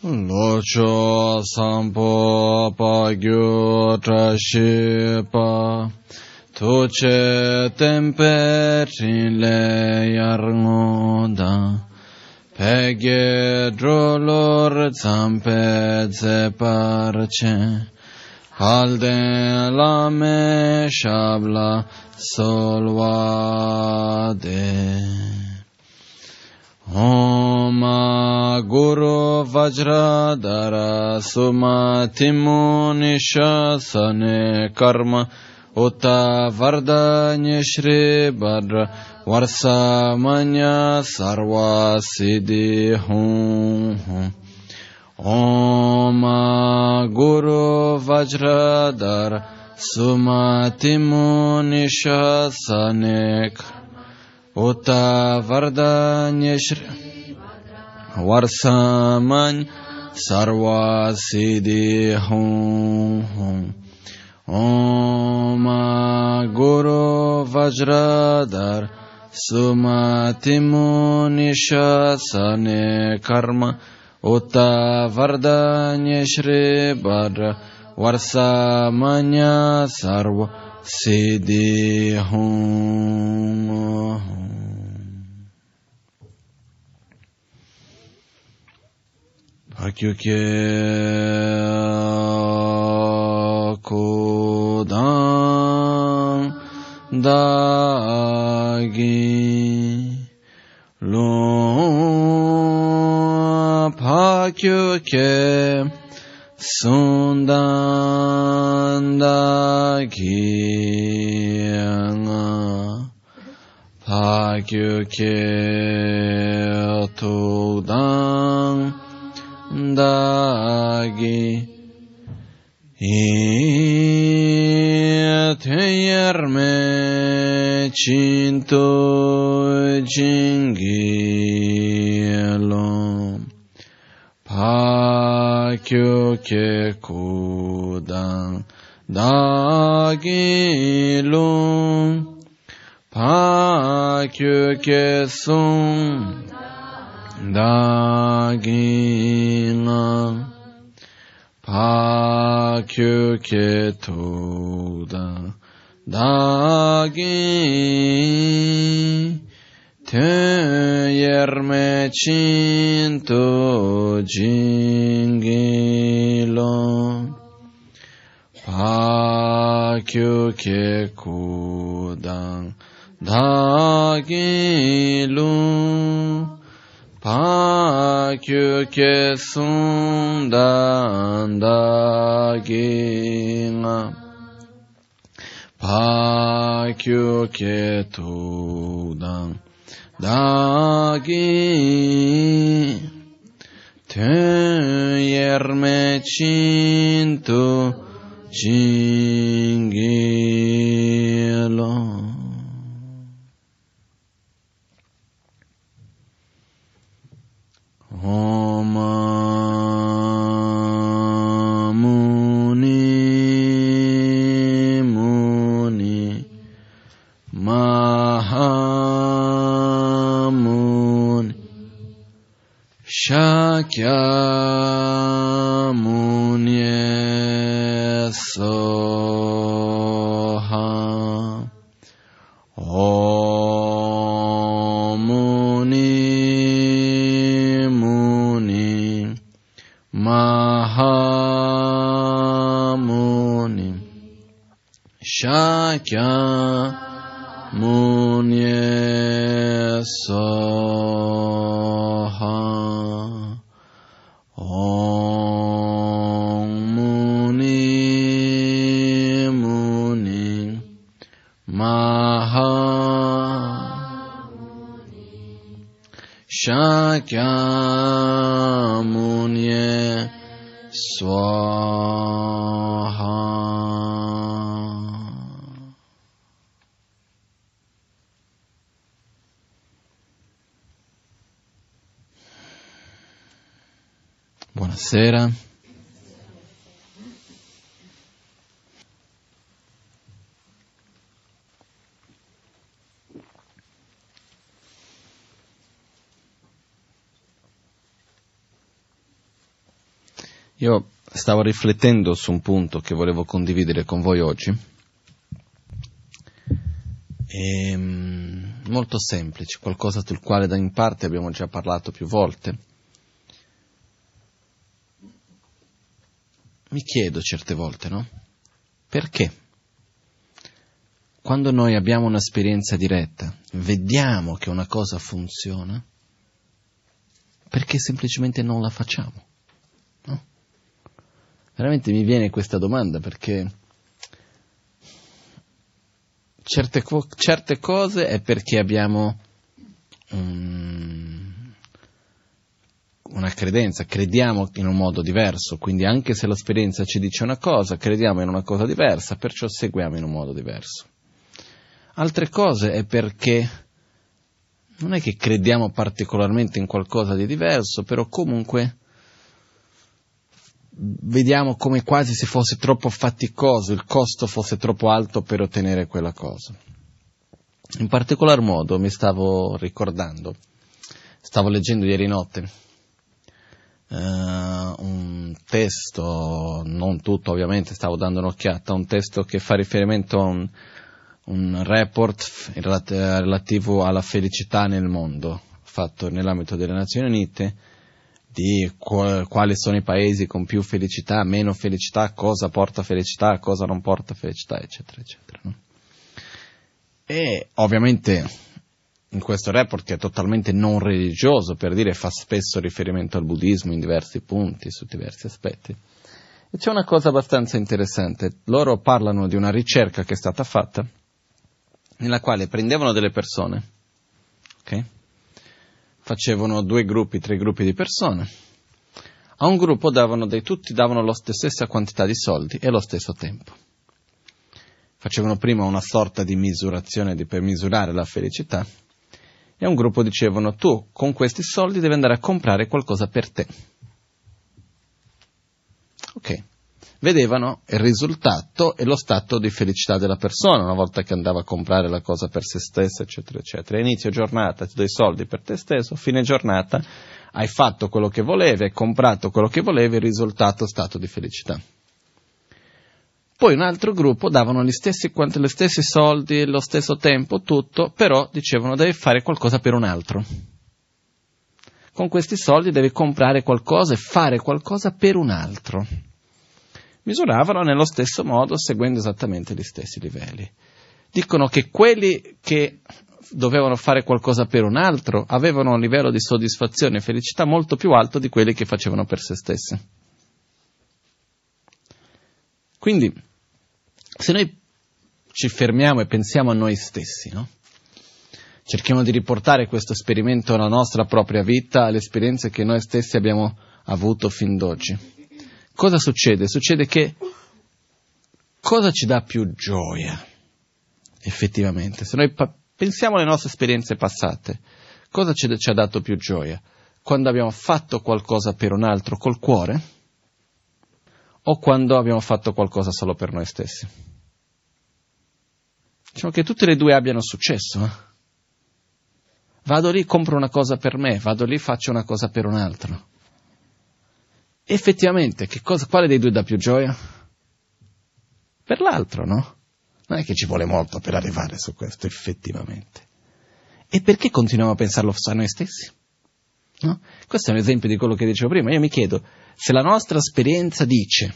Locho sampo pagyo trashipa Toche tempe trile yarngoda Peghe drolor zampe zeparce Halde lame shabla solvade Om Guru Vajradhara Sumatimu Nishasane Karma Uta Vardanya Shri Bhadra Varsamanya Sarva Siddhi Hum Om Guru Vajradhara Sumatimu Nishasane Karma Uta Vardanya Shri Varsamanya Sarva Siddhi Hum Om Guru Vajradhara Sumatimu Nishasane Karma Uta Vardanya Shri Bhadra Varsamanya Sarva Siddhi Hum Pakyukye Kodan Dagi Lo Pakyukye Sundan Dagi Pakyukye Todan Dagi Teyerme Cinto Jingilo Pakyukye Kodan Dagilo Pakyukye Sun Dagina Pakyukye Todan Dagi Teyerme Cinto Jingilo Pakyukye Kodan Dagilo Pakyukye Sundan Dagina Pakyukye Todan Dagi Teyerme Cinto Jingilo Om Muni Muni Mahamuni Shakyamuni Soha Om Muni Mahamuni Shakyamuni Soha Om Muni Mahamuni Shakyamuni Swaha. Buonasera. Io stavo riflettendo su un punto che volevo condividere con voi oggi. È molto semplice, qualcosa sul quale in parte abbiamo già parlato più volte. Mi chiedo certe volte, no? Perché? Quando noi abbiamo un'esperienza diretta, vediamo che una cosa funziona, perché semplicemente non la facciamo? No? Veramente mi viene questa domanda, perché certe cose è perché abbiamo una credenza, crediamo in un modo diverso, quindi anche se l'esperienza ci dice una cosa, crediamo in una cosa diversa, perciò seguiamo in un modo diverso. Altre cose è perché non è che crediamo particolarmente in qualcosa di diverso, però comunque vediamo come quasi se fosse troppo faticoso, il costo fosse troppo alto per ottenere quella cosa. In particolar modo mi stavo ricordando, stavo leggendo ieri notte un testo, non tutto ovviamente, stavo dando un'occhiata, un testo che fa riferimento a un report relativo alla felicità nel mondo, fatto nell'ambito delle Nazioni Unite, di quali sono i paesi con più felicità, meno felicità, cosa porta felicità, cosa non porta felicità, eccetera, eccetera. No? E ovviamente in questo report, che è totalmente non religioso, per dire, fa spesso riferimento al buddismo in diversi punti, su diversi aspetti. E c'è una cosa abbastanza interessante. Loro parlano di una ricerca che è stata fatta, nella quale prendevano delle persone, ok? Facevano 2 gruppi, 3 gruppi di persone. A un gruppo tutti davano la stessa quantità di soldi e lo stesso tempo. Facevano prima una sorta di misurazione per misurare la felicità, e a un gruppo dicevano: tu con questi soldi devi andare a comprare qualcosa per te. Ok. Vedevano il risultato e lo stato di felicità della persona una volta che andava a comprare la cosa per se stessa, eccetera, eccetera. Inizio giornata ti do i soldi per te stesso, fine giornata hai fatto quello che volevi, hai comprato quello che volevi, il risultato stato di felicità. Poi un altro gruppo davano gli stessi soldi, lo stesso tempo, tutto, però dicevano: devi fare qualcosa per un altro. Con questi soldi devi comprare qualcosa e fare qualcosa per un altro. Misuravano nello stesso modo, seguendo esattamente gli stessi livelli. Dicono che quelli che dovevano fare qualcosa per un altro avevano un livello di soddisfazione e felicità molto più alto di quelli che facevano per se stessi. Quindi, se noi ci fermiamo e pensiamo a noi stessi, no? Cerchiamo di riportare questo esperimento alla nostra propria vita, alle esperienze che noi stessi abbiamo avuto fin d'oggi. Cosa succede? Succede che cosa ci dà più gioia, effettivamente? Se noi pensiamo alle nostre esperienze passate, cosa ci ha dato più gioia? Quando abbiamo fatto qualcosa per un altro col cuore? O quando abbiamo fatto qualcosa solo per noi stessi? Diciamo che tutte e 2 abbiano successo. Vado lì, compro una cosa per me, vado lì, faccio una cosa per un altro. Effettivamente, quale dei 2 dà più gioia? Per l'altro, no? Non è che ci vuole molto per arrivare su questo, effettivamente. E perché continuiamo a pensarlo a noi stessi? No? Questo è un esempio di quello che dicevo prima. Io mi chiedo, se la nostra esperienza dice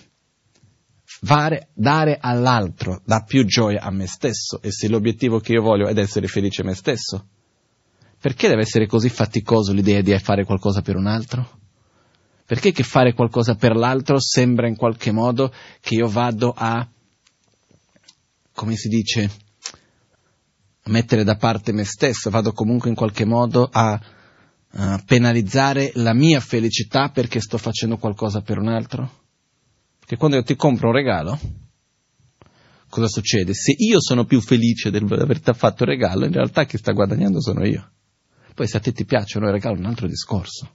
dare all'altro dà più gioia a me stesso, e se l'obiettivo che io voglio è essere felice me stesso, perché deve essere così faticoso l'idea di fare qualcosa per un altro? Perché che fare qualcosa per l'altro sembra in qualche modo che io vado a, come si dice, a mettere da parte me stesso, vado comunque in qualche modo a penalizzare la mia felicità perché sto facendo qualcosa per un altro? Perché quando io ti compro un regalo, cosa succede? Se io sono più felice di averti fatto il regalo, in realtà chi sta guadagnando sono io. Poi se a te ti piacciono i regali è un altro discorso.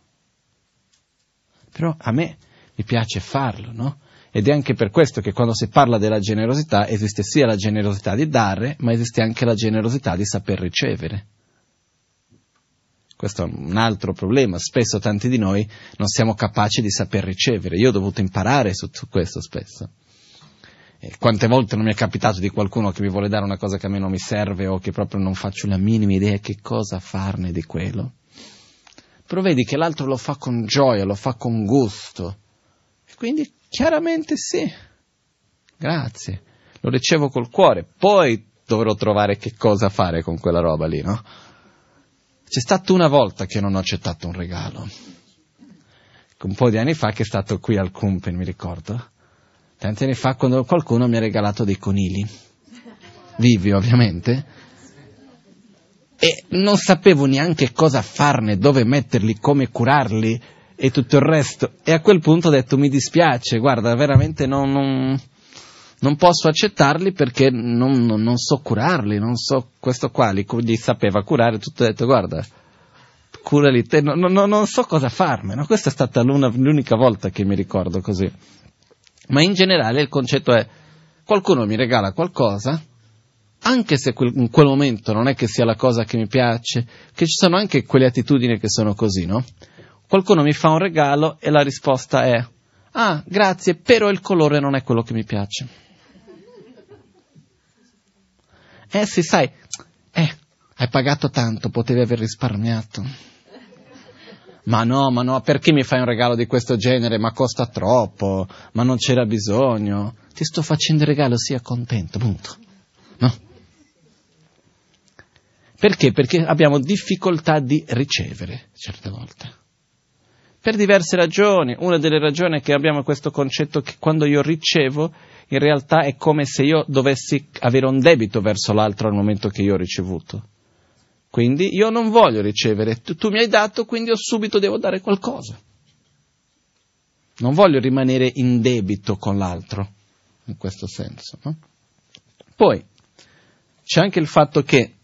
Però a me mi piace farlo, no? Ed è anche per questo che quando si parla della generosità esiste sia la generosità di dare, ma esiste anche la generosità di saper ricevere. Questo è un altro problema, spesso tanti di noi non siamo capaci di saper ricevere. Io ho dovuto imparare su questo spesso. E quante volte non mi è capitato di qualcuno che mi vuole dare una cosa che a me non mi serve o che proprio non faccio la minima idea che cosa farne di quello. Però vedi che l'altro lo fa con gioia, lo fa con gusto. E quindi chiaramente sì, grazie, lo ricevo col cuore. Poi dovrò trovare che cosa fare con quella roba lì, no? C'è stata una volta che non ho accettato un regalo. Un po' di anni fa che è stato qui al Kumpen, mi ricordo. Tanti anni fa quando qualcuno mi ha regalato dei conigli. Vivi, ovviamente. E non sapevo neanche cosa farne, dove metterli, come curarli e tutto il resto. E a quel punto ho detto, mi dispiace, guarda, veramente non posso accettarli perché non so curarli, non so questo qua, li sapeva curare, tutto, ho detto, guarda, curali te, non so cosa farmene. Questa è stata l'unica volta che mi ricordo così. Ma in generale il concetto è, qualcuno mi regala qualcosa, anche se in quel momento non è che sia la cosa che mi piace, che ci sono anche quelle attitudini che sono così, no? Qualcuno mi fa un regalo e la risposta è, ah, grazie, però il colore non è quello che mi piace. Sì, sai, hai pagato tanto, potevi aver risparmiato. Ma no, perché mi fai un regalo di questo genere? Ma costa troppo, ma non c'era bisogno. Ti sto facendo il regalo, sia contento, punto. No? Perché? Perché abbiamo difficoltà di ricevere, certe volte. Per diverse ragioni. Una delle ragioni è che abbiamo questo concetto che quando io ricevo, in realtà è come se io dovessi avere un debito verso l'altro al momento che io ho ricevuto. Quindi io non voglio ricevere, tu mi hai dato, quindi io subito devo dare qualcosa. Non voglio rimanere in debito con l'altro, in questo senso. No? Poi, c'è anche il fatto che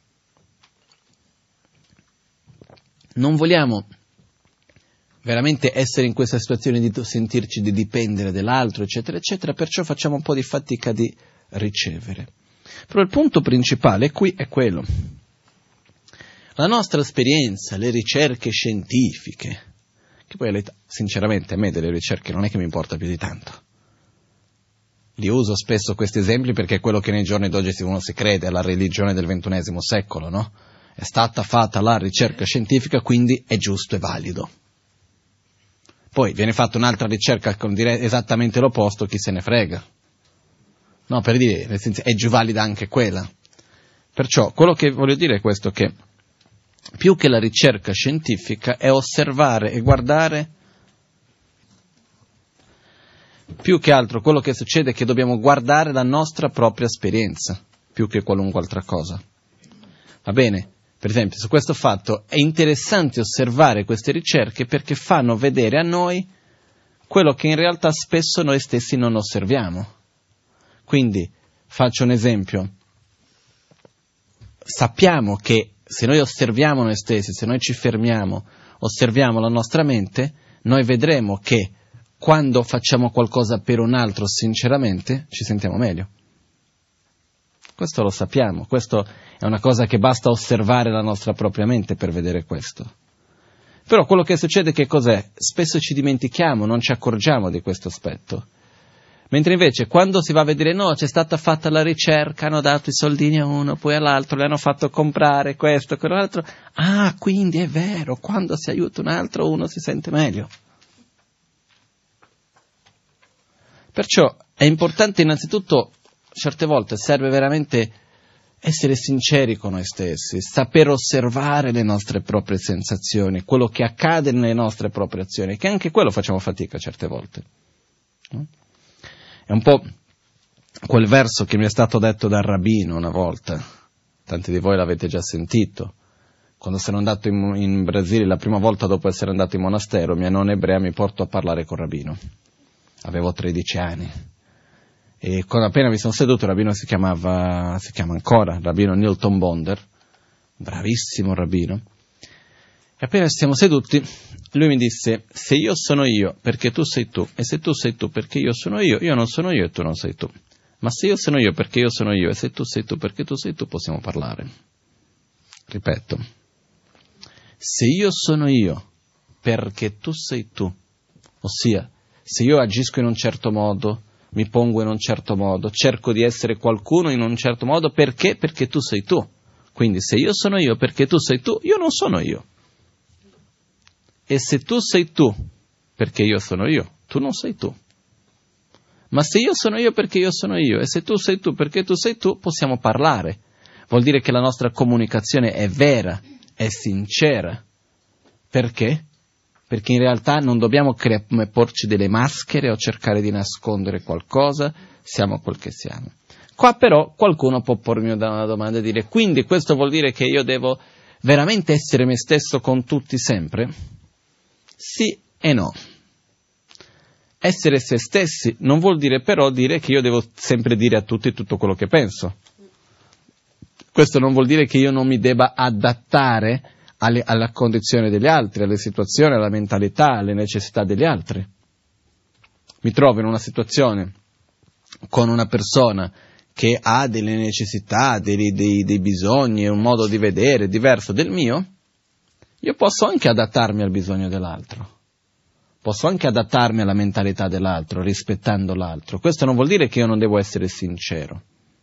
non vogliamo veramente essere in questa situazione di sentirci di dipendere dall'altro, eccetera, eccetera, perciò facciamo un po' di fatica di ricevere. Però il punto principale qui è quello. La nostra esperienza, le ricerche scientifiche, che poi sinceramente a me delle ricerche non è che mi importa più di tanto. Li uso spesso questi esempi perché è quello che nei giorni d'oggi uno si crede, alla religione del XXI secolo, no? È stata fatta la ricerca scientifica, quindi è giusto e valido. Poi viene fatta un'altra ricerca con dire esattamente l'opposto, chi se ne frega. No, per dire, nel senso, è giù valida anche quella. Perciò, quello che voglio dire è questo, che più che la ricerca scientifica è osservare e guardare, più che altro quello che succede è che dobbiamo guardare la nostra propria esperienza, più che qualunque altra cosa. Va bene? Per esempio, su questo fatto è interessante osservare queste ricerche perché fanno vedere a noi quello che in realtà spesso noi stessi non osserviamo. Quindi, faccio un esempio, sappiamo che se noi osserviamo noi stessi, se noi ci fermiamo, osserviamo la nostra mente, noi vedremo che quando facciamo qualcosa per un altro sinceramente ci sentiamo meglio. Questo lo sappiamo, questo è una cosa che basta osservare la nostra propria mente per vedere questo. Però quello che succede che cos'è? Spesso ci dimentichiamo, non ci accorgiamo di questo aspetto. Mentre invece quando si va a vedere, no, c'è stata fatta la ricerca, hanno dato i soldini a uno, poi all'altro, le hanno fatto comprare questo, quell'altro. Ah, quindi è vero, quando si aiuta un altro uno si sente meglio. Perciò è importante innanzitutto, certe volte serve veramente essere sinceri con noi stessi, saper osservare le nostre proprie sensazioni, quello che accade nelle nostre proprie azioni, che anche quello facciamo fatica certe volte. È un po' quel verso che mi è stato detto dal rabbino una volta, tanti di voi l'avete già sentito. Quando sono andato in Brasile la prima volta dopo essere andato in monastero, mia nonna ebrea mi portò a parlare col rabbino. Avevo 13 anni. E quando appena mi sono seduto, il rabbino si chiama ancora, il rabbino Nilton Bonder, bravissimo rabbino. E appena ci siamo seduti, lui mi disse, se io sono io perché tu sei tu, e se tu sei tu perché io non sono io e tu non sei tu. Ma se io sono io perché io sono io, e se tu sei tu perché tu sei tu, possiamo parlare. Ripeto, se io sono io perché tu sei tu, ossia se io agisco in un certo modo, mi pongo in un certo modo, cerco di essere qualcuno in un certo modo perché tu sei tu. Quindi se io sono io perché tu sei tu, io non sono io. E se tu sei tu perché io sono io, tu non sei tu. Ma se io sono io perché io sono io, e se tu sei tu perché tu sei tu, possiamo parlare. Vuol dire che la nostra comunicazione è vera, è sincera. Perché? Perché in realtà non dobbiamo porci delle maschere o cercare di nascondere qualcosa, siamo quel che siamo. Qua però qualcuno può pormi una domanda e dire, quindi questo vuol dire che io devo veramente essere me stesso con tutti sempre? Sì e no. Essere se stessi non vuol dire però dire che io devo sempre dire a tutti tutto quello che penso. Questo non vuol dire che io non mi debba adattare alla condizione degli altri, alle situazioni, alla mentalità, alle necessità degli altri. Mi trovo in una situazione con una persona che ha delle necessità, dei bisogni, un modo di vedere diverso del mio, io posso anche adattarmi al bisogno dell'altro. Posso anche adattarmi alla mentalità dell'altro, rispettando l'altro. Questo non vuol dire che io non devo essere sincero.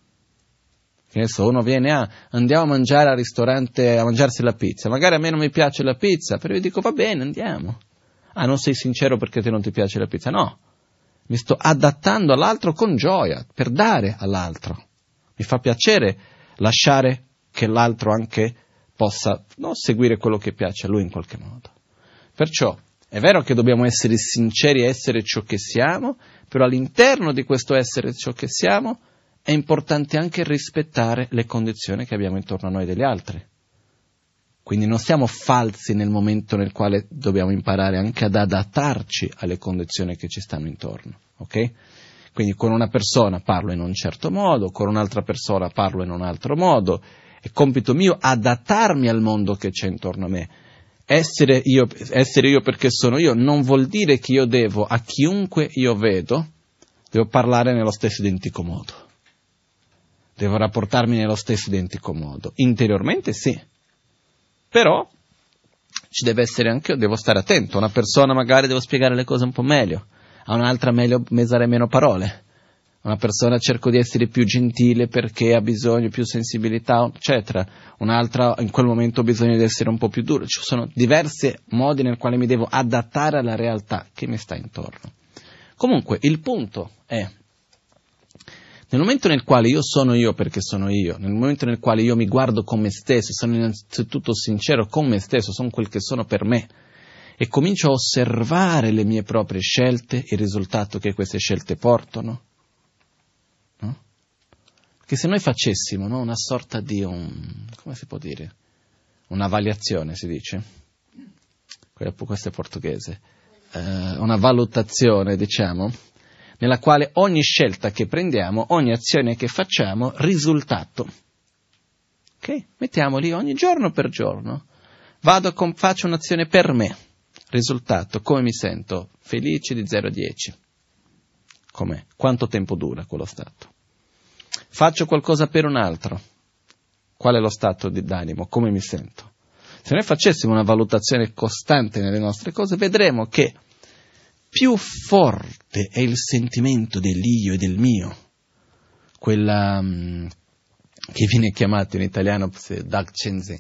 Che adesso uno viene, andiamo a mangiare al ristorante, a mangiarsi la pizza. Magari a me non mi piace la pizza, però io dico va bene, andiamo. Non sei sincero perché te non ti piace la pizza? No, mi sto adattando all'altro con gioia, per dare all'altro. Mi fa piacere lasciare che l'altro anche possa seguire quello che piace a lui in qualche modo. Perciò, è vero che dobbiamo essere sinceri e essere ciò che siamo, però all'interno di questo essere ciò che siamo è importante anche rispettare le condizioni che abbiamo intorno a noi degli altri. Quindi non siamo falsi nel momento nel quale dobbiamo imparare anche ad adattarci alle condizioni che ci stanno intorno, ok? Quindi con una persona parlo in un certo modo, con un'altra persona parlo in un altro modo, è compito mio adattarmi al mondo che c'è intorno a me. Essere io perché sono io non vuol dire che io devo, a chiunque io vedo, devo parlare nello stesso identico modo. Devo rapportarmi nello stesso identico modo. Interiormente sì, però ci deve essere anche io, devo stare attento. A una persona magari devo spiegare le cose un po' meglio, a un'altra meglio usare meno parole. A una persona cerco di essere più gentile perché ha bisogno, più sensibilità, eccetera. Un'altra in quel momento ho bisogno di essere un po' più duro. Ci sono diversi modi nel quale mi devo adattare alla realtà che mi sta intorno. Comunque il punto è, nel momento nel quale io sono io perché sono io, nel momento nel quale io mi guardo con me stesso, sono innanzitutto sincero con me stesso, sono quel che sono per me, e comincio a osservare le mie proprie scelte, il risultato che queste scelte portano, no? Perché se noi facessimo una sorta di come si può dire? Una valiazione, si dice? Questo è portoghese. Una valutazione, diciamo, nella quale ogni scelta che prendiamo, ogni azione che facciamo, risultato. Ok? Mettiamo lì ogni giorno per giorno. Faccio un'azione per me. Risultato, come mi sento? Felice di 0 a 10. Com'è? Quanto tempo dura quello stato? Faccio qualcosa per un altro. Qual è lo stato d'animo? Come mi sento? Se noi facessimo una valutazione costante nelle nostre cose, vedremo che più forte è il sentimento dell'io e del mio, quella che viene chiamato in italiano Dagchenze.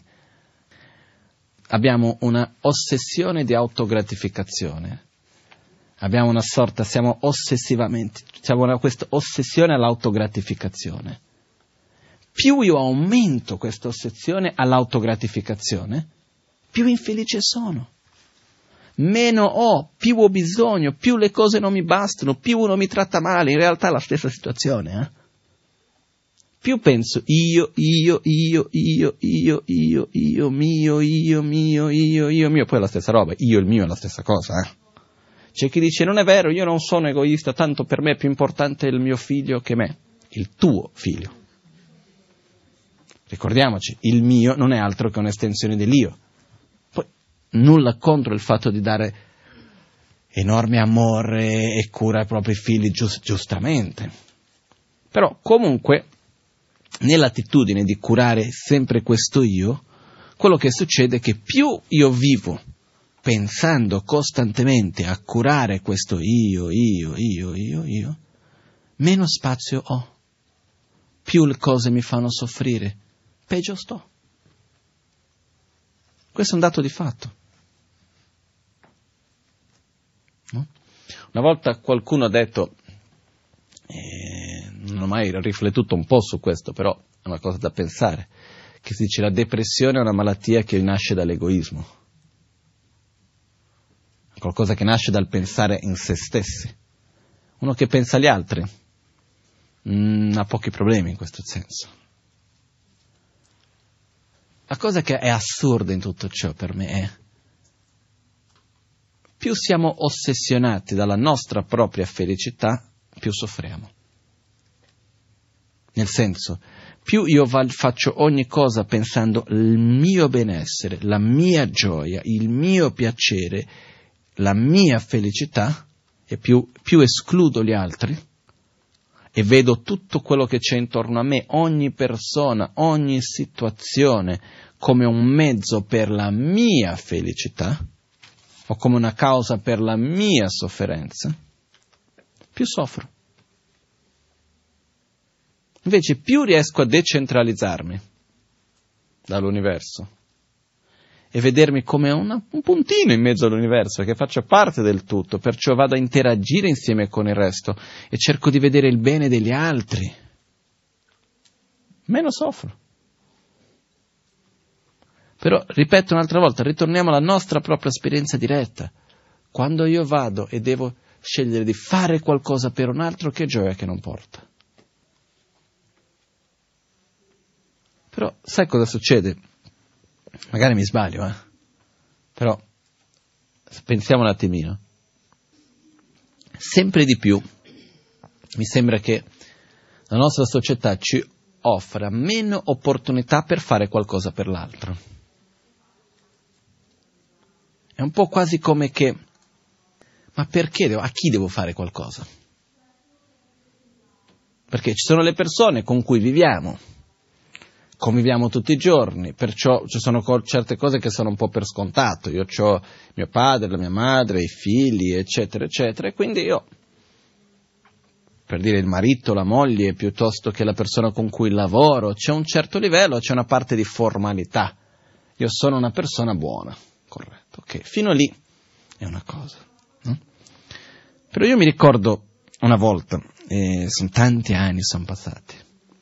Abbiamo una ossessione di autogratificazione, abbiamo una sorta, siamo questa ossessione all'autogratificazione. Più io aumento questa ossessione all'autogratificazione, più infelice sono. Meno ho, più ho bisogno, più le cose non mi bastano, più uno mi tratta male, in realtà è la stessa situazione, Più penso io, mio, poi è la stessa roba, io e il mio è la stessa cosa, C'è chi dice non è vero, io non sono egoista, tanto per me è più importante il mio figlio che me, il tuo figlio. Ricordiamoci, il mio non è altro che un'estensione dell'io. Nulla contro il fatto di dare enorme amore e cura ai propri figli, giustamente. Però comunque, nell'attitudine di curare sempre questo io, quello che succede è che più io vivo pensando costantemente a curare questo io, meno spazio ho. Più le cose mi fanno soffrire, peggio sto. Questo è un dato di fatto. No? Una volta qualcuno ha detto, non ho mai riflettuto un po' su questo, però è una cosa da pensare, che si dice la depressione è una malattia che nasce dall'egoismo, qualcosa che nasce dal pensare in se stessi. Uno che pensa agli altri ha pochi problemi in questo senso. La cosa che è assurda in tutto ciò per me è più siamo ossessionati dalla nostra propria felicità, più soffriamo. Nel senso, più io faccio ogni cosa pensando il mio benessere, la mia gioia, il mio piacere, la mia felicità, e più escludo gli altri, e vedo tutto quello che c'è intorno a me, ogni persona, ogni situazione, come un mezzo per la mia felicità, o come una causa per la mia sofferenza, più soffro. Invece più riesco a decentralizzarmi dall'universo e vedermi come un puntino in mezzo all'universo, che faccio parte del tutto, perciò vado a interagire insieme con il resto e cerco di vedere il bene degli altri, meno soffro. Però, ripeto un'altra volta, ritorniamo alla nostra propria esperienza diretta. Quando io vado e devo scegliere di fare qualcosa per un altro, che gioia che non porta. Però, sai cosa succede? Magari mi sbaglio, però pensiamo un attimino. Sempre di più mi sembra che la nostra società ci offra meno opportunità per fare qualcosa per l'altro. È un po' quasi come che, ma perché a chi devo fare qualcosa? Perché ci sono le persone con cui conviviamo tutti i giorni, perciò ci sono certe cose che sono un po' per scontato. Io ho mio padre, la mia madre, i figli, eccetera, eccetera, e quindi io, per dire il marito, la moglie, piuttosto che la persona con cui lavoro, c'è un certo livello, c'è una parte di formalità. Io sono una persona buona, corretto, ok, fino lì è una cosa. No? Però io mi ricordo una volta, sono tanti anni sono passati,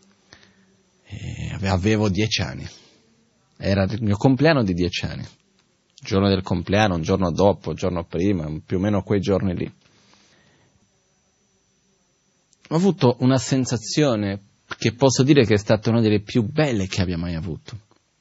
avevo 10 anni, era il mio compleanno di 10 anni, il giorno del compleanno, un giorno dopo, un giorno prima, più o meno quei giorni lì. Ho avuto una sensazione che posso dire che è stata una delle più belle che abbia mai avuto.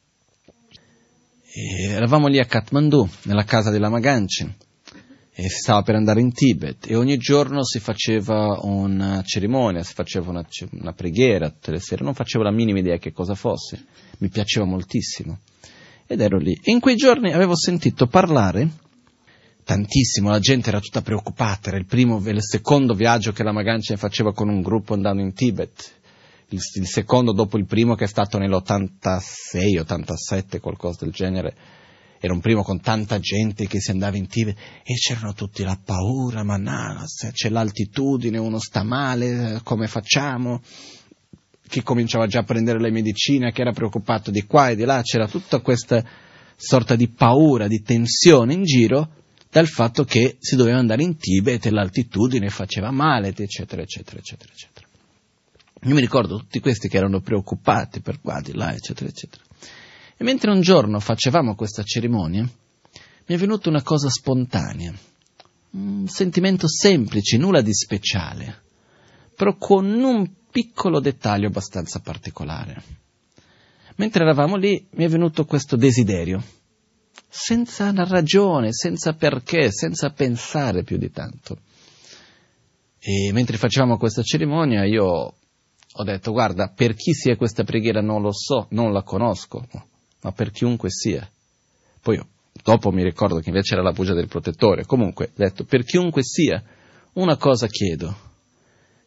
Eravamo lì a Kathmandu, nella casa dei Lama Gangchen, e si stava per andare in Tibet, e ogni giorno si faceva una cerimonia, si faceva una preghiera tutte le sere. Non facevo la minima idea che cosa fosse, mi piaceva moltissimo, ed ero lì. E in quei giorni avevo sentito parlare tantissimo, la gente era tutta preoccupata, era il secondo viaggio che Lama Gangchen faceva con un gruppo andando in Tibet, il secondo dopo il primo che è stato nell'86, 87, qualcosa del genere. Era un primo con tanta gente che si andava in Tibet e c'erano tutti la paura, ma no, se c'è l'altitudine, uno sta male, come facciamo? Chi cominciava già a prendere le medicine, che era preoccupato di qua e di là, c'era tutta questa sorta di paura, di tensione in giro dal fatto che si doveva andare in Tibet e l'altitudine faceva male, eccetera, eccetera, eccetera, eccetera. Io mi ricordo tutti questi che erano preoccupati per qua, di là, eccetera, eccetera. E mentre un giorno facevamo questa cerimonia, mi è venuta una cosa spontanea, un sentimento semplice, nulla di speciale, però con un piccolo dettaglio abbastanza particolare. Mentre eravamo lì, mi è venuto questo desiderio, senza una ragione, senza perché, senza pensare più di tanto. E mentre facevamo questa cerimonia, io ho detto, guarda, per chi sia questa preghiera non lo so, non la conosco, ma per chiunque sia. Poi dopo mi ricordo che invece era la puja del protettore. Comunque, ho detto, per chiunque sia, una cosa chiedo,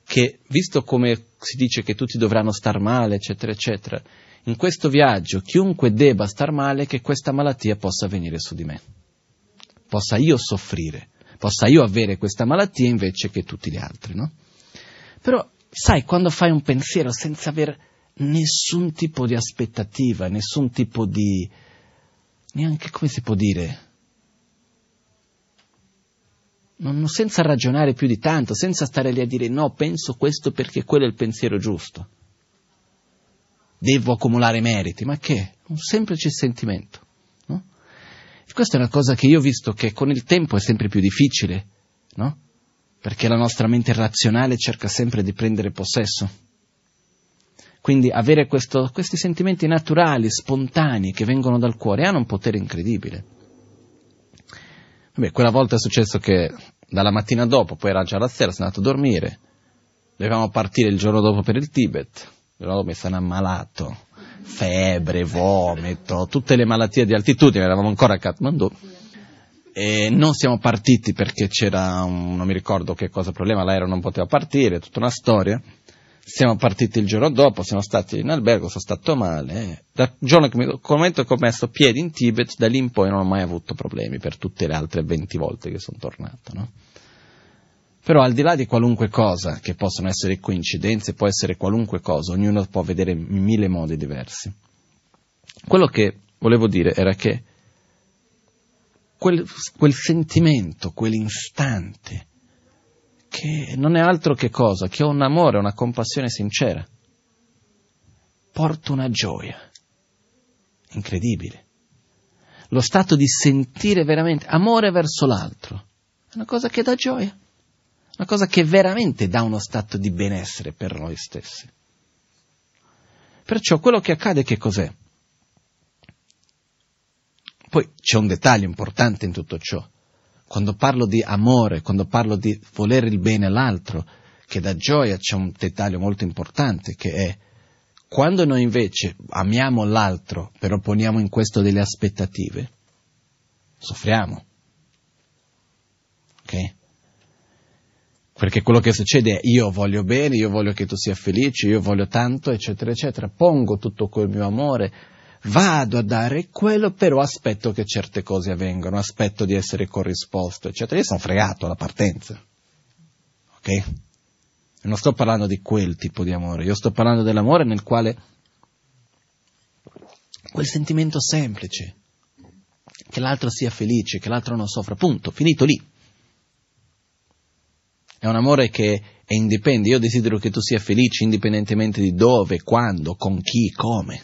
che, visto come si dice che tutti dovranno star male, eccetera, eccetera, in questo viaggio chiunque debba star male, che questa malattia possa venire su di me, possa io soffrire, possa io avere questa malattia invece che tutti gli altri, no? Però, sai, quando fai un pensiero senza aver nessun tipo di aspettativa, nessun tipo di, neanche, come si può dire, senza ragionare più di tanto, senza stare lì a dire no, penso questo perché quello è il pensiero giusto, devo accumulare meriti, ma che? Un semplice sentimento, no? E questa è una cosa che io ho visto che con il tempo è sempre più difficile, no? Perché la nostra mente razionale cerca sempre di prendere possesso. Quindi avere questi sentimenti naturali, spontanei, che vengono dal cuore, hanno un potere incredibile. Vabbè, quella volta è successo che dalla mattina dopo, poi era già la sera, sono andato a dormire, dovevamo partire il giorno dopo per il Tibet, il giorno dopo mi sono ammalato, febbre, vomito, tutte le malattie di altitudine, eravamo ancora a Kathmandu, e non siamo partiti perché c'era non mi ricordo che cosa problema, l'aereo non poteva partire, tutta una storia. Siamo partiti il giorno dopo, siamo stati in albergo, sono stato male. Dal momento che ho messo piedi in Tibet, da lì in poi non ho mai avuto problemi per tutte le altre 20 volte che sono tornato, no? Però al di là di qualunque cosa, che possono essere coincidenze, può essere qualunque cosa, ognuno può vedere in 1000 modi diversi. Quello che volevo dire era che quel sentimento, quell'istante, che non è altro che cosa, che ho un amore, una compassione sincera, porta una gioia incredibile. Lo stato di sentire veramente amore verso l'altro è una cosa che dà gioia, una cosa che veramente dà uno stato di benessere per noi stessi. Perciò quello che accade che cos'è? Poi c'è un dettaglio importante in tutto ciò. Quando parlo di amore, quando parlo di volere il bene all'altro, che dà gioia, c'è un dettaglio molto importante, che è quando noi invece amiamo l'altro, però poniamo in questo delle aspettative, soffriamo. Ok? Perché quello che succede è io voglio bene, io voglio che tu sia felice, io voglio tanto, eccetera, eccetera, pongo tutto quel mio amore, vado a dare quello, però aspetto che certe cose avvengano, aspetto di essere corrisposto, eccetera. Io sono fregato alla partenza, ok? Non sto parlando di quel tipo di amore, io sto parlando dell'amore nel quale quel sentimento semplice, che l'altro sia felice, che l'altro non soffra, punto, finito lì. È un amore che è indipendente, io desidero che tu sia felice indipendentemente di dove, quando, con chi, come.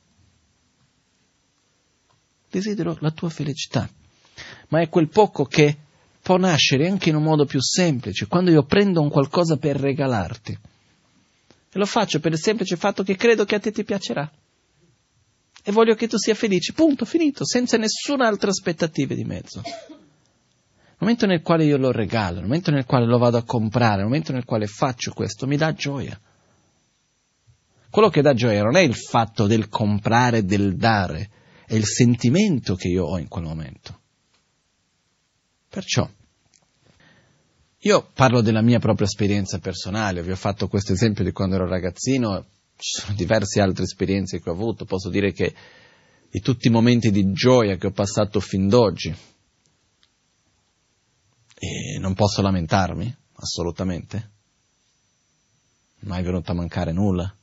Desidero la tua felicità, ma è quel poco che può nascere anche in un modo più semplice, quando io prendo un qualcosa per regalarti, e lo faccio per il semplice fatto che credo che a te ti piacerà, e voglio che tu sia felice, punto, finito, senza nessuna altra aspettativa di mezzo. Il momento nel quale io lo regalo, il momento nel quale lo vado a comprare, il momento nel quale faccio questo, mi dà gioia. Quello che dà gioia non è il fatto del comprare, del dare, è il sentimento che io ho in quel momento. Perciò, io parlo della mia propria esperienza personale, vi ho fatto questo esempio di quando ero ragazzino, ci sono diverse altre esperienze che ho avuto, posso dire che di tutti i momenti di gioia che ho passato fin d'oggi, e non posso lamentarmi, assolutamente, mai è venuto a mancare nulla.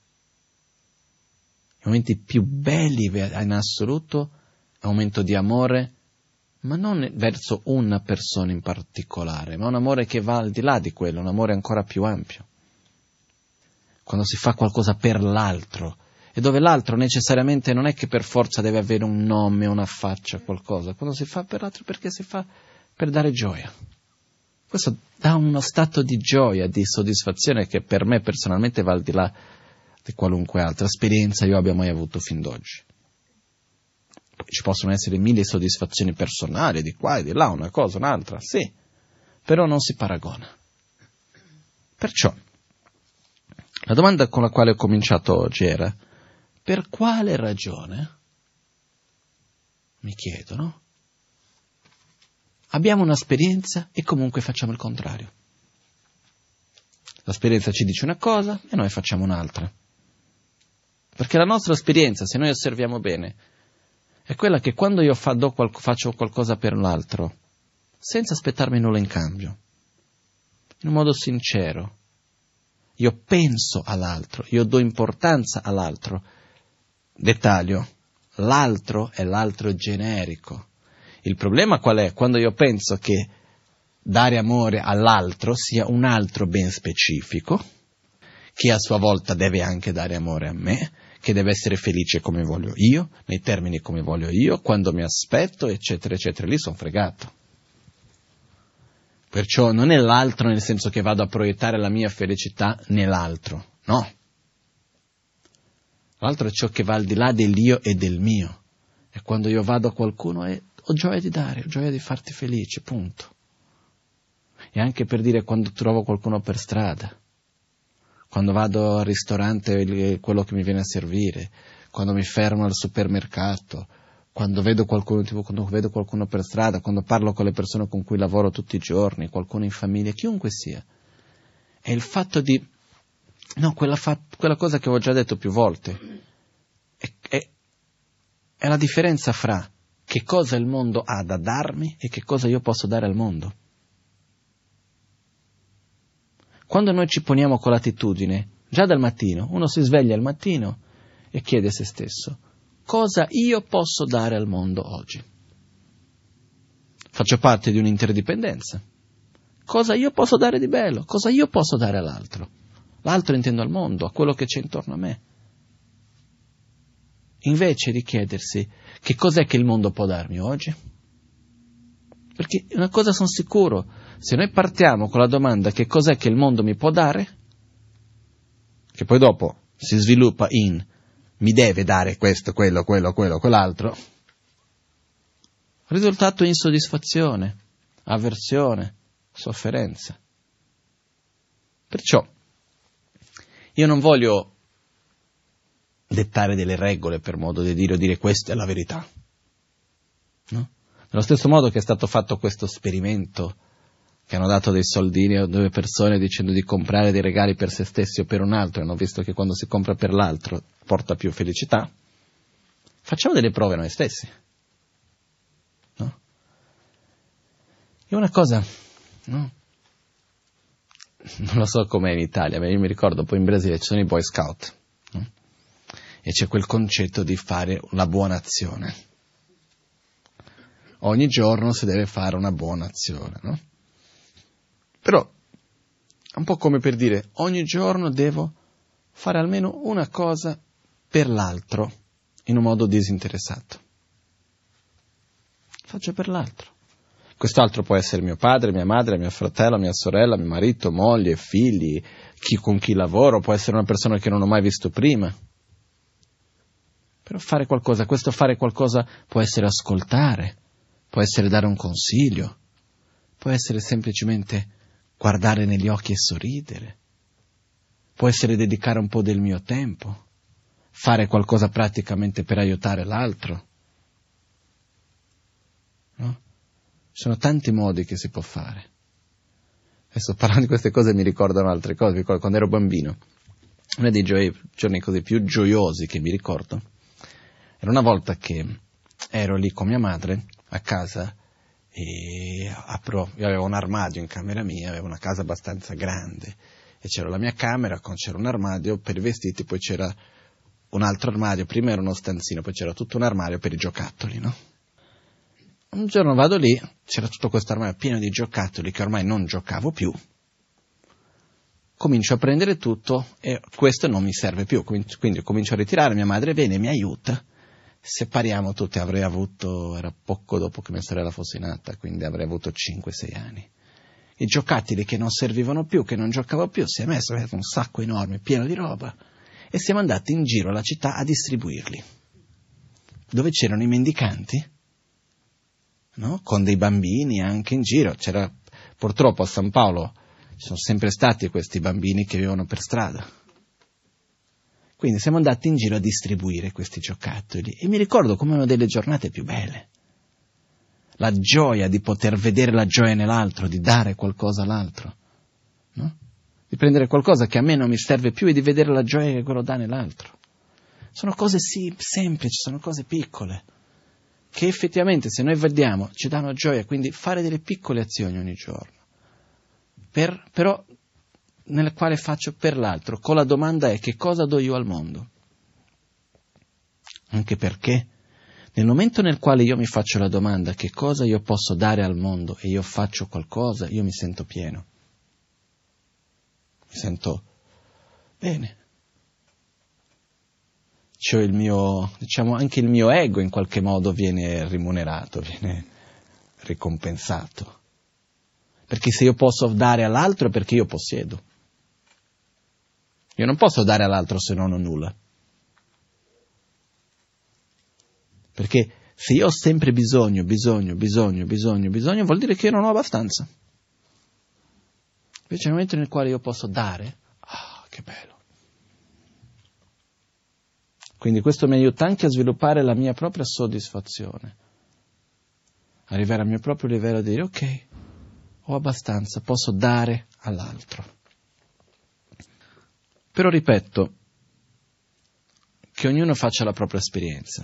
I momenti più belli in assoluto è un momento di amore, ma non verso una persona in particolare, ma un amore che va al di là di quello, un amore ancora più ampio. Quando si fa qualcosa per l'altro, e dove l'altro necessariamente non è che per forza deve avere un nome, una faccia, qualcosa, quando si fa per l'altro perché si fa per dare gioia. Questo dà uno stato di gioia, di soddisfazione che per me personalmente va al di là di qualunque altra esperienza io abbia mai avuto fin d'oggi. Ci possono essere 1000 soddisfazioni personali, di qua e di là, una cosa, un'altra, sì, però non si paragona. Perciò, la domanda con la quale ho cominciato oggi era, per quale ragione, mi chiedo, no? Abbiamo un'esperienza e comunque facciamo il contrario. L'esperienza ci dice una cosa e noi facciamo un'altra. Perché la nostra esperienza, se noi osserviamo bene, è quella che quando io faccio qualcosa per l'altro, senza aspettarmi nulla in cambio, in un modo sincero, io penso all'altro, io do importanza all'altro. Dettaglio, l'altro è l'altro generico. Il problema qual è? Quando io penso che dare amore all'altro sia un altro ben specifico, che a sua volta deve anche dare amore a me, che deve essere felice come voglio io, nei termini come voglio io, quando mi aspetto, eccetera, eccetera, lì sono fregato. Perciò non è l'altro nel senso che vado a proiettare la mia felicità nell'altro, no. L'altro è ciò che va al di là dell'io e del mio. E quando io vado a qualcuno ho gioia di dare, ho gioia di farti felice, punto. E anche per dire quando trovo qualcuno per strada, quando vado al ristorante, quello che mi viene a servire, quando mi fermo al supermercato, quando vedo qualcuno per strada, quando parlo con le persone con cui lavoro tutti i giorni, qualcuno in famiglia, chiunque sia. È il fatto di... No, quella cosa che ho già detto più volte. È la differenza fra che cosa il mondo ha da darmi e che cosa io posso dare al mondo. Quando noi ci poniamo con l'attitudine, già dal mattino, uno si sveglia al mattino e chiede a se stesso, cosa io posso dare al mondo oggi? Faccio parte di un'interdipendenza. Cosa io posso dare di bello? Cosa io posso dare all'altro? L'altro intendo al mondo, a quello che c'è intorno a me. Invece di chiedersi che cos'è che il mondo può darmi oggi? Perché una cosa sono sicuro, se noi partiamo con la domanda che cos'è che il mondo mi può dare, che poi dopo si sviluppa in mi deve dare questo, quello, quell'altro, risultato insoddisfazione, avversione, sofferenza. Perciò io non voglio dettare delle regole per modo di dire questa è la verità. No? Nello stesso modo che è stato fatto questo esperimento, che hanno dato dei soldini a 2 persone dicendo di comprare dei regali per se stessi o per un altro, e hanno visto che quando si compra per l'altro porta più felicità, facciamo delle prove noi stessi. No? E una cosa, no? Non lo so com'è in Italia, ma io mi ricordo poi in Brasile ci sono i Boy Scout, no? E c'è quel concetto di fare una buona azione. Ogni giorno si deve fare una buona azione, no? Però è un po' come per dire, ogni giorno devo fare almeno una cosa per l'altro, in un modo disinteressato. Faccio per l'altro. Quest'altro può essere mio padre, mia madre, mio fratello, mia sorella, mio marito, moglie, figli, con chi lavoro, può essere una persona che non ho mai visto prima. Però fare qualcosa, questo fare qualcosa può essere ascoltare, può essere dare un consiglio, può essere semplicemente guardare negli occhi e sorridere, può essere dedicare un po' del mio tempo, fare qualcosa praticamente per aiutare l'altro. No? Ci sono tanti modi che si può fare. Adesso parlando di queste cose mi ricordano altre cose. Mi ricordo quando ero bambino, uno dei giorni così più gioiosi che mi ricordo era una volta che ero lì con mia madre a casa e io avevo un armadio in camera mia, avevo una casa abbastanza grande e c'era la mia camera, c'era un armadio per i vestiti, poi c'era un altro armadio, prima era uno stanzino, poi c'era tutto un armadio per i giocattoli, no? Un giorno vado lì, c'era tutto questo armadio pieno di giocattoli che ormai non giocavo più, comincio a prendere tutto e questo non mi serve più, quindi comincio a ritirare, mia madre viene e mi aiuta, separiamo tutti, era poco dopo che mia sorella fosse nata, quindi avrei avuto 5-6 anni. I giocattoli che non servivano più, che non giocavo più, si è messo un sacco enorme, pieno di roba, e siamo andati in giro alla città a distribuirli. Dove c'erano i mendicanti, no? Con dei bambini anche in giro. Purtroppo a San Paolo ci sono sempre stati questi bambini che vivono per strada. Quindi siamo andati in giro a distribuire questi giocattoli e mi ricordo come una delle giornate più belle. La gioia di poter vedere la gioia nell'altro, di dare qualcosa all'altro, no? di prendere qualcosa che a me non mi serve più e di vedere la gioia che quello dà nell'altro. Sono cose semplici, sono cose piccole, che effettivamente se noi vediamo ci danno gioia, quindi fare delle piccole azioni ogni giorno, però nella quale faccio per l'altro, con la domanda è: che cosa do io al mondo? Anche perché nel momento nel quale io mi faccio la domanda che cosa io posso dare al mondo e io faccio qualcosa, io mi sento pieno, mi sento bene. Cioè anche il mio ego in qualche modo viene rimunerato, viene ricompensato. Perché se io posso dare all'altro è perché io possiedo. Io non posso dare all'altro se non ho nulla. Perché se io ho sempre bisogno, vuol dire che io non ho abbastanza. Invece nel momento nel quale io posso dare, che bello. Quindi questo mi aiuta anche a sviluppare la mia propria soddisfazione. Arrivare al mio proprio livello di dire: ok, ho abbastanza, posso dare all'altro. Però ripeto, che ognuno faccia la propria esperienza.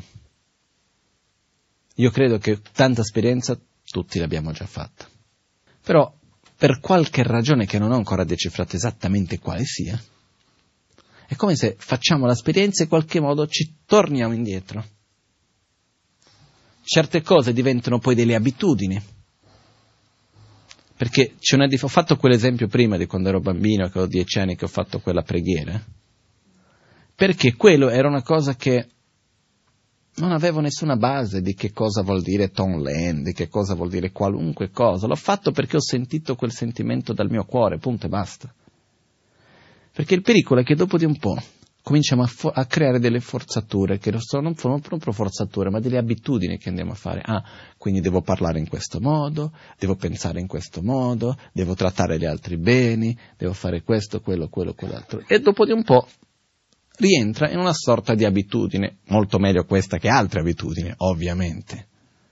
Io credo che tanta esperienza tutti l'abbiamo già fatta. Però, per qualche ragione che non ho ancora decifrato esattamente quale sia, è come se facciamo l'esperienza e in qualche modo ci torniamo indietro. Certe cose diventano poi delle abitudini. Perché ho fatto quell'esempio prima di quando ero bambino, che ho 10 anni, che ho fatto quella preghiera. Perché quello era una cosa che non avevo nessuna base di che cosa vuol dire Tonglen, di che cosa vuol dire qualunque cosa. L'ho fatto perché ho sentito quel sentimento dal mio cuore, punto e basta. Perché il pericolo è che dopo di un po' cominciamo a creare delle forzature, che non sono proprio forzature, ma delle abitudini che andiamo a fare. Quindi devo parlare in questo modo, devo pensare in questo modo, devo trattare gli altri bene, devo fare questo, quello, quell'altro. E dopo di un po' rientra in una sorta di abitudine, molto meglio questa che altre abitudini, ovviamente.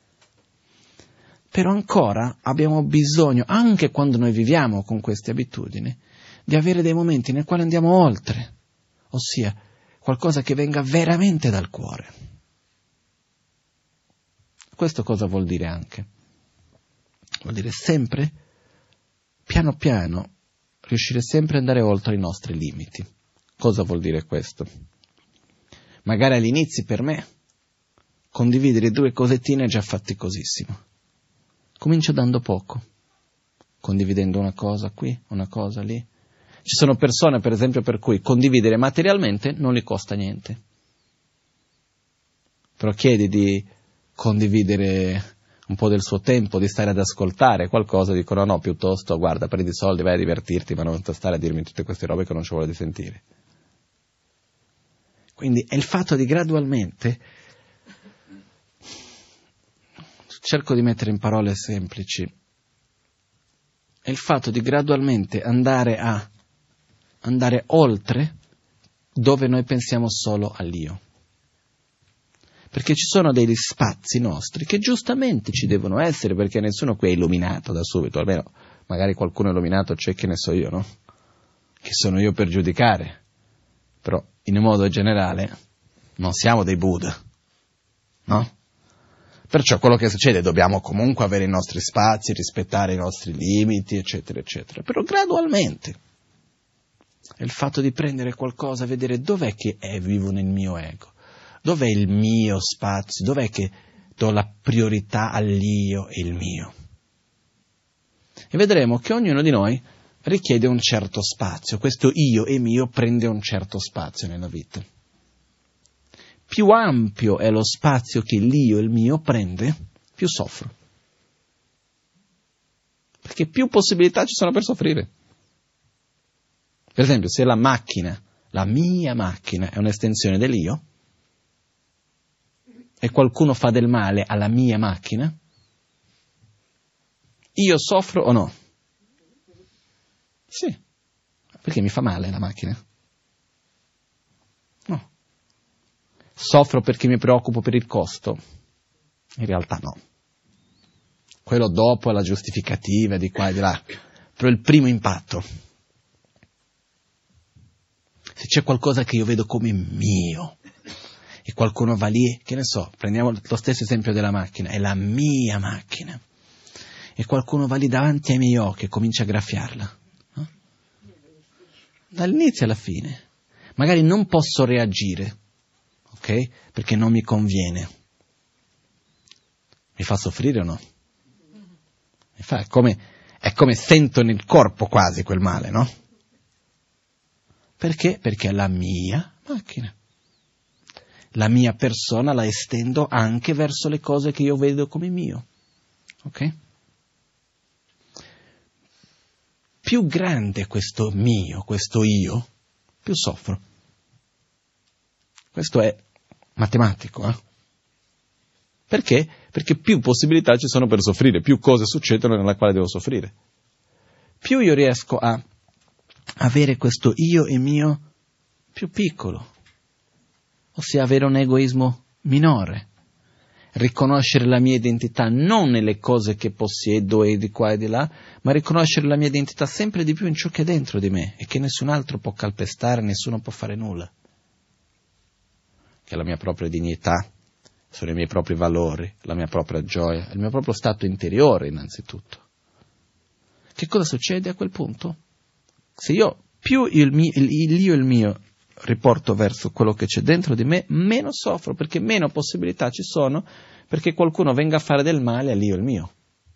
Però ancora abbiamo bisogno, anche quando noi viviamo con queste abitudini, di avere dei momenti nel quali andiamo oltre, ossia qualcosa che venga veramente dal cuore. Questo cosa vuol dire anche? Vuol dire sempre, piano piano, riuscire sempre ad andare oltre i nostri limiti. Cosa vuol dire questo? Magari all'inizio per me condividere 2 cosettine è già faticosissimo. Comincio dando poco, condividendo una cosa qui, una cosa lì. Ci sono persone, per esempio, per cui condividere materialmente non gli costa niente. Però chiedi di condividere un po' del suo tempo, di stare ad ascoltare qualcosa, dicono no, piuttosto guarda, prendi i soldi, vai a divertirti, ma non stare a dirmi tutte queste robe che non ci vuole di sentire. Quindi è il fatto di gradualmente, cerco di mettere in parole semplici, è il fatto di gradualmente andare oltre dove noi pensiamo solo all'io. Perché ci sono degli spazi nostri che giustamente ci devono essere, perché nessuno qui è illuminato da subito, almeno magari qualcuno è illuminato, c'è, che ne so io, no? Che sono io per giudicare. Però in modo generale non siamo dei Buddha, no? Perciò quello che succede, dobbiamo comunque avere i nostri spazi, rispettare i nostri limiti, eccetera, eccetera. Però gradualmente è il fatto di prendere qualcosa, vedere dov'è che vivo nel mio ego, dov'è il mio spazio, dov'è che do la priorità all'io e il mio. E vedremo che ognuno di noi richiede un certo spazio, questo io e mio prende un certo spazio nella vita. Più ampio è lo spazio che l'io e il mio prende, più soffro. Perché più possibilità ci sono per soffrire. Per esempio, se la mia macchina è un'estensione dell'io, e qualcuno fa del male alla mia macchina, io soffro o no? Sì. Perché mi fa male la macchina? No. Soffro perché mi preoccupo per il costo? In realtà no. Quello dopo è la giustificativa di qua e di là. Però il primo impatto Se c'è qualcosa che io vedo come mio, e qualcuno va lì, che ne so, prendiamo lo stesso esempio della macchina, è la mia macchina, e qualcuno va lì davanti ai miei occhi e comincia a graffiarla, no? Dall'inizio alla fine. Magari non posso reagire, ok? Perché non mi conviene. Mi fa soffrire o no? È come sento nel corpo quasi quel male, no? Perché? Perché è la mia macchina. La mia persona la estendo anche verso le cose che io vedo come mio. Ok? Più grande questo mio, questo io, più soffro. Questo è matematico, eh? Perché? Perché più possibilità ci sono per soffrire, più cose succedono nella quale devo soffrire. Più io riesco a avere questo io e mio più piccolo, ossia avere un egoismo minore, riconoscere la mia identità non nelle cose che possiedo e di qua e di là, ma riconoscere la mia identità sempre di più in ciò che è dentro di me e che nessun altro può calpestare, nessuno può fare nulla. Che è la mia propria dignità, sono i miei propri valori, la mia propria gioia, il mio proprio stato interiore innanzitutto. Che cosa succede a quel punto? Se io più il mio riporto verso quello che c'è dentro di me, meno soffro, perché meno possibilità ci sono perché qualcuno venga a fare del male all'io il mio.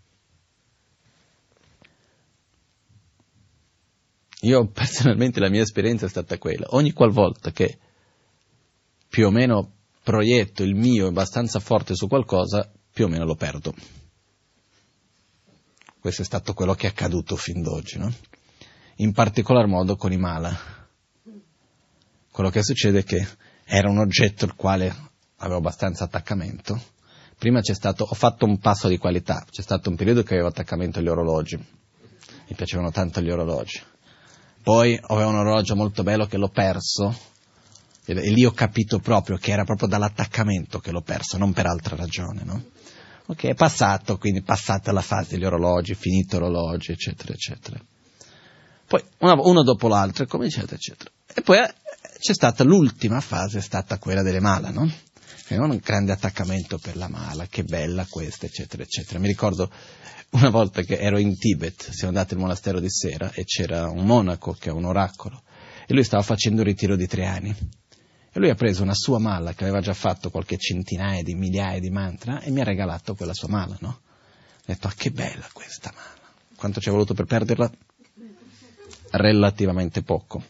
Io personalmente la mia esperienza è stata quella, ogni qualvolta che più o meno proietto il mio abbastanza forte su qualcosa, più o meno lo perdo. Questo è stato quello che è accaduto fin d'oggi, no? In particolar modo con i mala. Quello che succede è che era un oggetto al quale avevo abbastanza attaccamento. Prima ho fatto un passo di qualità, c'è stato un periodo che avevo attaccamento agli orologi, mi piacevano tanto gli orologi. Poi avevo un orologio molto bello che l'ho perso, e lì ho capito proprio che era proprio dall'attaccamento che l'ho perso, non per altra ragione, no? Ok, è passato, quindi passata la fase degli orologi, finito orologi, eccetera, eccetera. Poi uno dopo l'altro, come eccetera, eccetera. E poi c'è stata l'ultima fase, è stata quella delle mala, no? Un grande attaccamento per la mala, che bella questa, eccetera, eccetera. Mi ricordo una volta che ero in Tibet, siamo andati al monastero di Sera e c'era un monaco che è un oracolo e lui stava facendo un ritiro di 3 anni. E lui ha preso una sua mala che aveva già fatto qualche centinaia di migliaia di mantra e mi ha regalato quella sua mala, no? Ho detto, che bella questa mala. Quanto ci è voluto per perderla? Relativamente poco.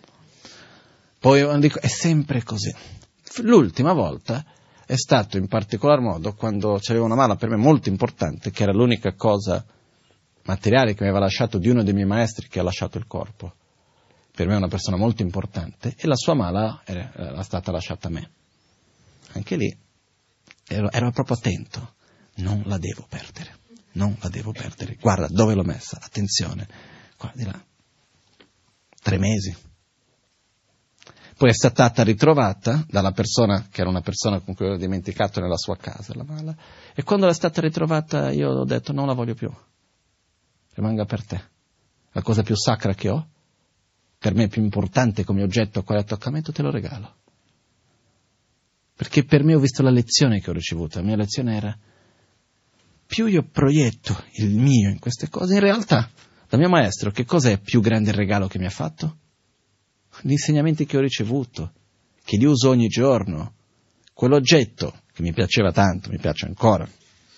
Poi dico, è sempre così. L'ultima volta è stato in particolar modo quando c'avevo una mala per me molto importante, che era l'unica cosa materiale che mi aveva lasciato di uno dei miei maestri che ha lasciato il corpo. Per me è una persona molto importante e la sua mala era stata lasciata a me. Anche lì ero proprio attento, non la devo perdere, guarda dove l'ho messa, attenzione, qua di là, 3 mesi. Poi è stata ritrovata dalla persona, che era una persona con cui avevo dimenticato nella sua casa la mala, e quando è stata ritrovata io ho detto non la voglio più, rimanga per te, la cosa più sacra che ho, per me più importante come oggetto a quale attaccamento, te lo regalo. Perché per me ho visto la lezione che ho ricevuto, la mia lezione era, più io proietto il mio in queste cose, in realtà, da mio maestro, che cos'è il più grande regalo che mi ha fatto? Gli insegnamenti che ho ricevuto, che li uso ogni giorno, quell'oggetto che mi piaceva tanto, mi piace ancora.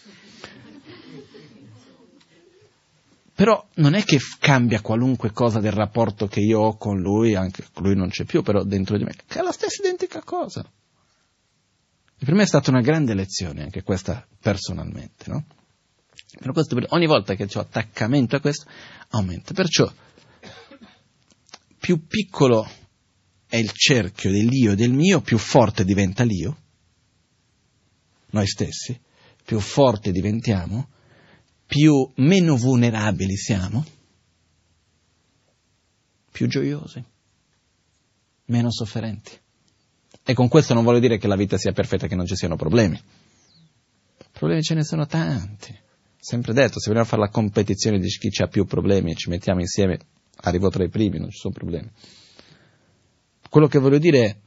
Però non è che cambia qualunque cosa del rapporto che io ho con lui, anche lui non c'è più, però dentro di me, che è la stessa identica cosa. E per me è stata una grande lezione, anche questa personalmente, no? Però questo, ogni volta che ho attaccamento a questo, aumenta. Perciò, più piccolo è il cerchio dell'io e del mio, più forte diventa l'io, noi stessi, più forte diventiamo, più meno vulnerabili siamo, più gioiosi, meno sofferenti. E con questo non voglio dire che la vita sia perfetta, che non ci siano problemi. Problemi ce ne sono tanti. Sempre detto, se vogliamo fare la competizione di chi ha più problemi e ci mettiamo insieme, arrivo tra i primi, non ci sono problemi. quello che voglio dire è,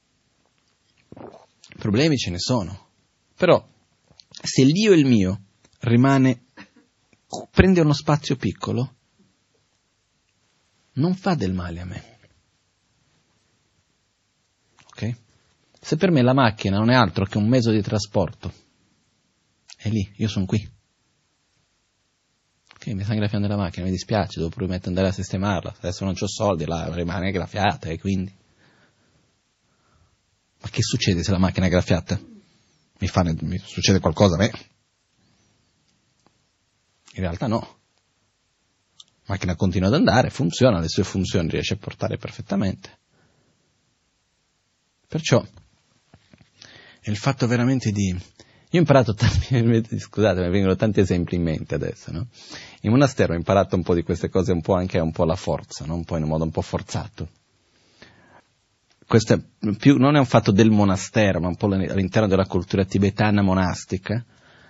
problemi ce ne sono, però se l'io e il mio prende uno spazio piccolo, non fa del male a me. Ok? Se per me la macchina non è altro che un mezzo di trasporto, è lì, io sono qui. Ok, mi sta graffiando la macchina, mi dispiace, devo probabilmente andare a sistemarla, adesso non c'ho soldi, la rimane graffiata e quindi... Ma che succede se la macchina è graffiata? Mi succede qualcosa a me? In realtà no. La macchina continua ad andare, funziona, le sue funzioni riesce a portare perfettamente. Perciò è il fatto veramente di... Io ho imparato scusate, mi vengono tanti esempi in mente adesso, no? In monastero ho imparato un po' di queste cose, un po' anche un po' alla forza, no? Un po' in un modo un po' forzato. Questo non è un fatto del monastero, ma un po' all'interno della cultura tibetana monastica.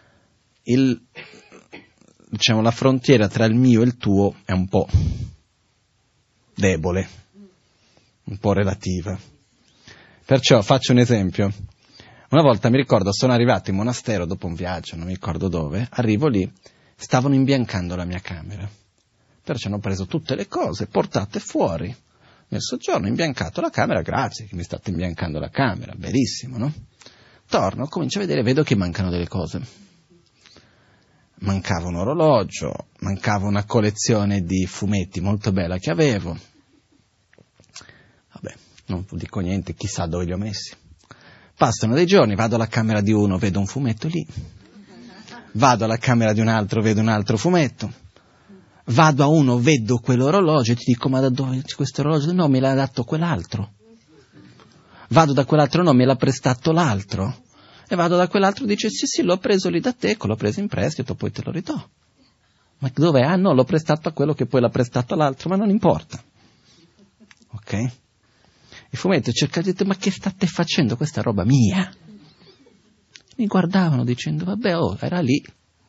Diciamo, la frontiera tra il mio e il tuo è un po' debole, un po' relativa. Perciò faccio un esempio. Una volta mi ricordo, sono arrivato in monastero dopo un viaggio, non mi ricordo dove, arrivo lì, stavano imbiancando la mia camera. Perciò hanno preso tutte le cose, portate fuori. Nel soggiorno, imbiancato la camera, grazie che mi state imbiancando la camera, benissimo, no? Torno, comincio a vedere, vedo che mancano delle cose. Mancava un orologio, mancava una collezione di fumetti molto bella che avevo. Vabbè, non dico niente, chissà dove li ho messi. Passano dei giorni, vado alla camera di uno, vedo un fumetto lì. Vado alla camera di un altro, vedo un altro fumetto. Vado a uno, vedo quell'orologio e ti dico, ma da dove c'è questo orologio? No, me l'ha dato quell'altro. Vado da quell'altro, no, me l'ha prestato l'altro. E vado da quell'altro, dice, sì, l'ho preso lì da te, l'ho preso in prestito, poi te lo ridò. Ma dov'è? Ah no, l'ho prestato a quello che poi l'ha prestato all'altro, ma non importa. Ok? I fumetti cercano di dire, ma che state facendo? Questa è roba mia. Mi guardavano dicendo, vabbè, era lì.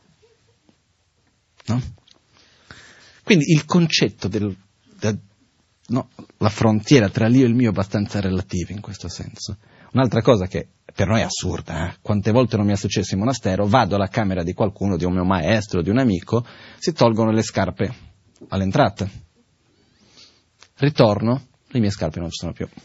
No? Quindi il concetto la frontiera tra l'io e il mio è abbastanza relativa in questo senso. Un'altra cosa che per noi è assurda, quante volte non mi è successo in monastero, vado alla camera di qualcuno, di un mio maestro, di un amico, si tolgono le scarpe all'entrata. Ritorno, le mie scarpe non ci sono più.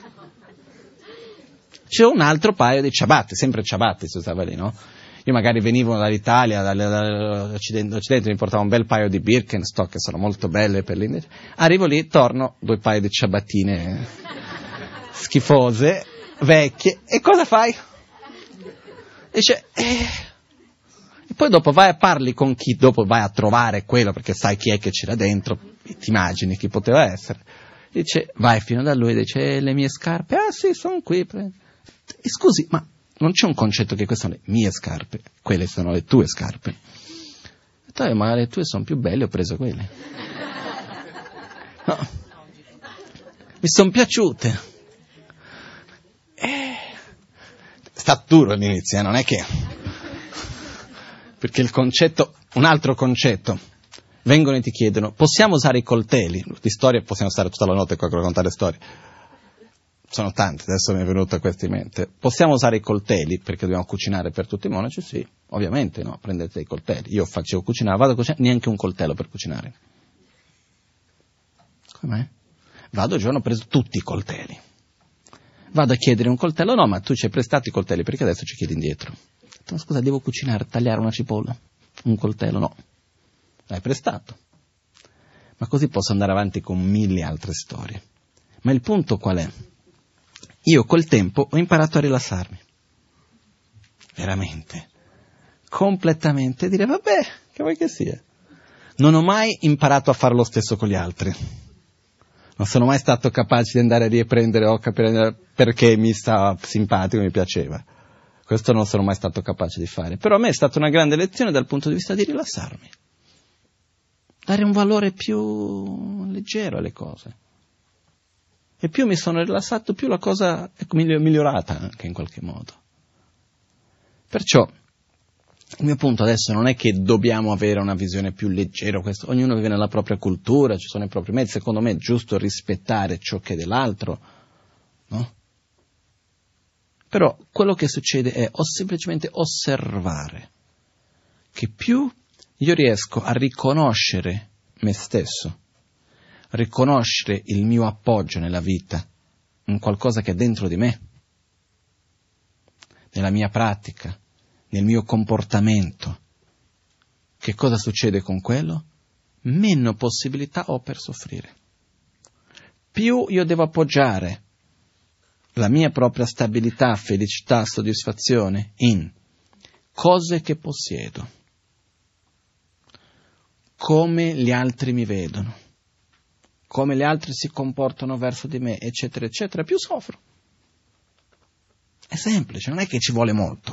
C'è un altro paio di ciabatte, sempre ciabatte si usava lì, no? Io magari venivo dall'Italia, dall'Occidente, mi portavo un bel paio di Birkenstock, che sono molto belle per l'India. Arrivo lì, torno, 2 paio di ciabattine schifose, vecchie, e cosa fai? Dice, E poi dopo parli con chi, dopo vai a trovare quello, perché sai chi è che c'era dentro, ti immagini chi poteva essere. Dice, vai fino da lui, dice, le mie scarpe? Ah sì, sono qui. E scusi, ma non c'è un concetto che queste sono le mie scarpe, quelle sono le tue scarpe. Ma le tue sono più belle, ho preso quelle. No. Mi sono piaciute. Sta duro all'inizio, non è che... Perché il concetto, un altro concetto, vengono e ti chiedono, possiamo usare i coltelli? Di storie possiamo stare tutta la notte qua a raccontare storie. Sono tante, adesso mi è venuto questo in mente. Possiamo usare i coltelli perché dobbiamo cucinare per tutti i monaci? Sì, ovviamente no, prendete i coltelli. Io facevo cucinare, vado a cucinare, neanche un coltello per cucinare. Com'è? Vado un giorno, ho preso tutti i coltelli. Vado a chiedere un coltello, no, ma tu ci hai prestato i coltelli perché adesso ci chiedi indietro. Ma scusa, devo cucinare, tagliare una cipolla? Un coltello? No. L'hai prestato. Ma così posso andare avanti con 1000 altre storie. Ma il punto qual è? Io col tempo ho imparato a rilassarmi. Veramente. Completamente. Dire, vabbè, che vuoi che sia. Non ho mai imparato a fare lo stesso con gli altri. Non sono mai stato capace di andare lì e prendere o capire perché mi stava simpatico, mi piaceva. Questo non sono mai stato capace di fare. Però a me è stata una grande lezione dal punto di vista di rilassarmi. Dare un valore più leggero alle cose. E più mi sono rilassato, più la cosa è migliorata anche in qualche modo. Perciò, il mio punto adesso non è che dobbiamo avere una visione più leggera, ognuno vive nella propria cultura, ci sono i propri mezzi, secondo me è giusto rispettare ciò che è dell'altro, no? Però quello che succede è semplicemente osservare che più io riesco a riconoscere me stesso, riconoscere il mio appoggio nella vita, in qualcosa che è dentro di me, nella mia pratica, nel mio comportamento, che cosa succede con quello? Meno possibilità ho per soffrire. Più io devo appoggiare la mia propria stabilità, felicità, soddisfazione in cose che possiedo, come gli altri mi vedono, come gli altri si comportano verso di me, eccetera, eccetera, più soffro. È semplice, non è che ci vuole molto,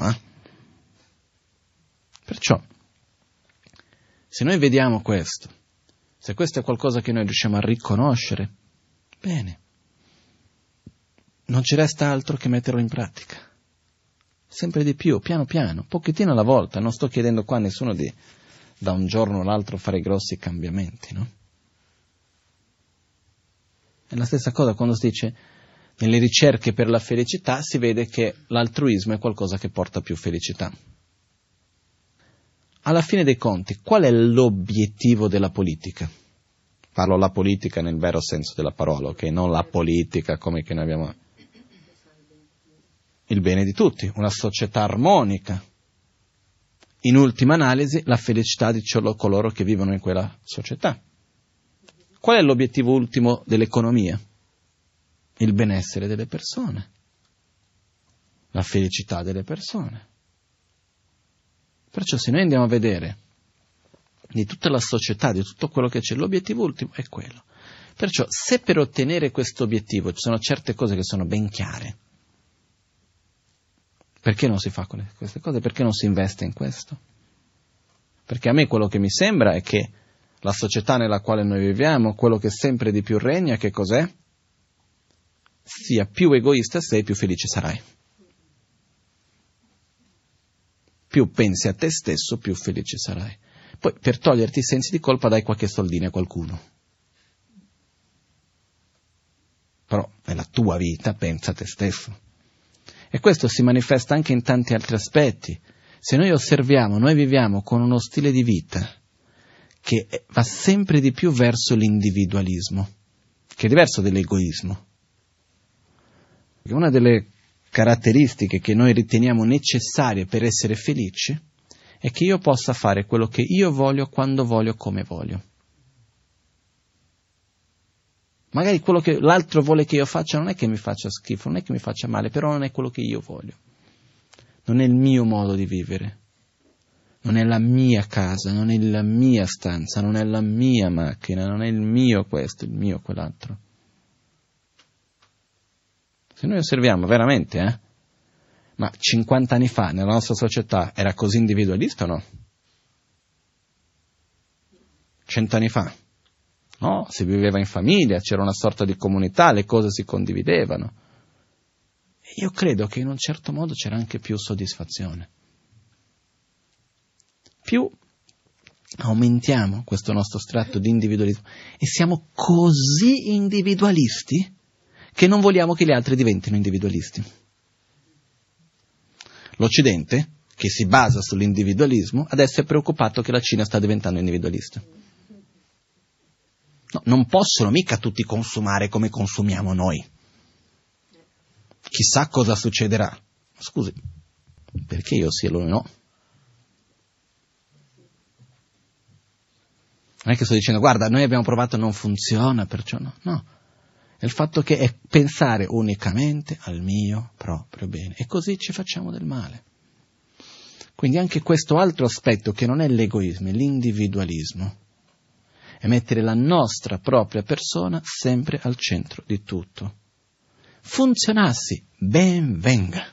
Perciò, se noi vediamo questo, se questo è qualcosa che noi riusciamo a riconoscere, bene, non ci resta altro che metterlo in pratica. Sempre di più, piano piano, pochettino alla volta. Non sto chiedendo qua a nessuno di, da un giorno all'altro, fare grossi cambiamenti, no? È la stessa cosa quando si dice, nelle ricerche per la felicità, si vede che l'altruismo è qualcosa che porta più felicità. Alla fine dei conti, qual è l'obiettivo della politica? Parlo la politica nel vero senso della parola, ok? Non la politica come che noi abbiamo il bene di tutti, una società armonica. In ultima analisi, la felicità di coloro che vivono in quella società. Qual è l'obiettivo ultimo dell'economia? Il benessere delle persone, la felicità delle persone. Perciò se noi andiamo a vedere di tutta la società, di tutto quello che c'è, l'obiettivo ultimo è quello. Perciò se per ottenere questo obiettivo ci sono certe cose che sono ben chiare, perché non si fa queste cose? Perché non si investe in questo? Perché a me quello che mi sembra è che la società nella quale noi viviamo, quello che sempre di più regna, che cos'è? Sia più egoista sei, più felice sarai. Più pensi a te stesso, più felice sarai. Poi per toglierti i sensi di colpa dai qualche soldino a qualcuno. Però nella tua vita pensa a te stesso. E questo si manifesta anche in tanti altri aspetti. Se noi osserviamo, noi viviamo con uno stile di vita che va sempre di più verso l'individualismo, che è diverso dall'egoismo. Perché una delle caratteristiche che noi riteniamo necessarie per essere felici è che io possa fare quello che io voglio, quando voglio, come voglio. Magari quello che l'altro vuole che io faccia non è che mi faccia schifo, non è che mi faccia male, però non è quello che io voglio. Non è il mio modo di vivere, non è la mia casa, non è la mia stanza, non è la mia macchina, non è il mio questo, il mio quell'altro. Se noi osserviamo veramente, ma 50 anni fa nella nostra società era così individualista o no? 100 anni fa? No, si viveva in famiglia, c'era una sorta di comunità, le cose si condividevano. E io credo che in un certo modo c'era anche più soddisfazione. Più aumentiamo questo nostro strato di individualismo e siamo così individualisti che non vogliamo che gli altri diventino individualisti. L'Occidente, che si basa sull'individualismo, adesso è preoccupato che la Cina sta diventando individualista. No, non possono mica tutti consumare come consumiamo noi. Chissà cosa succederà. Scusi, perché io sì e loro no? Non è che sto dicendo, guarda, noi abbiamo provato, non funziona, perciò no. No, è il fatto che è pensare unicamente al mio proprio bene. E così ci facciamo del male. Quindi anche questo altro aspetto che non è l'egoismo, è l'individualismo. È mettere la nostra propria persona sempre al centro di tutto. Funzionassi, ben venga.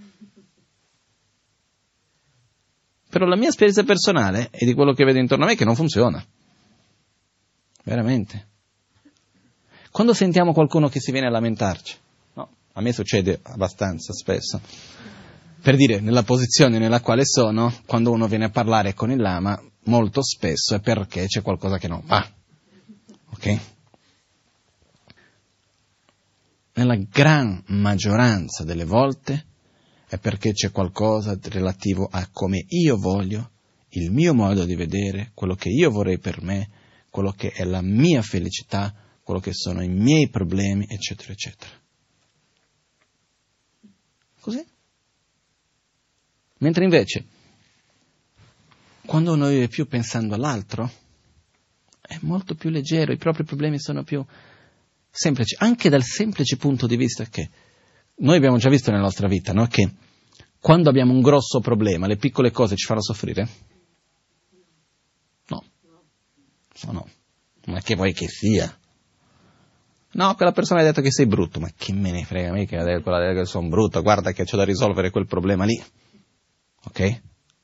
Però la mia esperienza personale e di quello che vedo intorno a me è che non funziona. Veramente. Quando sentiamo qualcuno che si viene a lamentarci, no, a me succede abbastanza spesso, per dire, nella posizione nella quale sono, quando uno viene a parlare con il lama, molto spesso è perché c'è qualcosa che non va. Ok? nella gran maggioranza delle volte è perché c'è qualcosa relativo a come io voglio, il mio modo di vedere, quello che io vorrei per me, quello che è la mia felicità, quello che sono i miei problemi, eccetera, eccetera. Così. Mentre invece, quando uno vive più pensando all'altro, è molto più leggero, i propri problemi sono più semplici, anche dal semplice punto di vista che noi abbiamo già visto nella nostra vita, no? Che quando abbiamo un grosso problema, le piccole cose ci fanno soffrire? No. No. Ma che vuoi che sia? No, quella persona ha detto che sei brutto, ma che me ne frega me che sono brutto, guarda che c'ho da risolvere quel problema lì. Ok?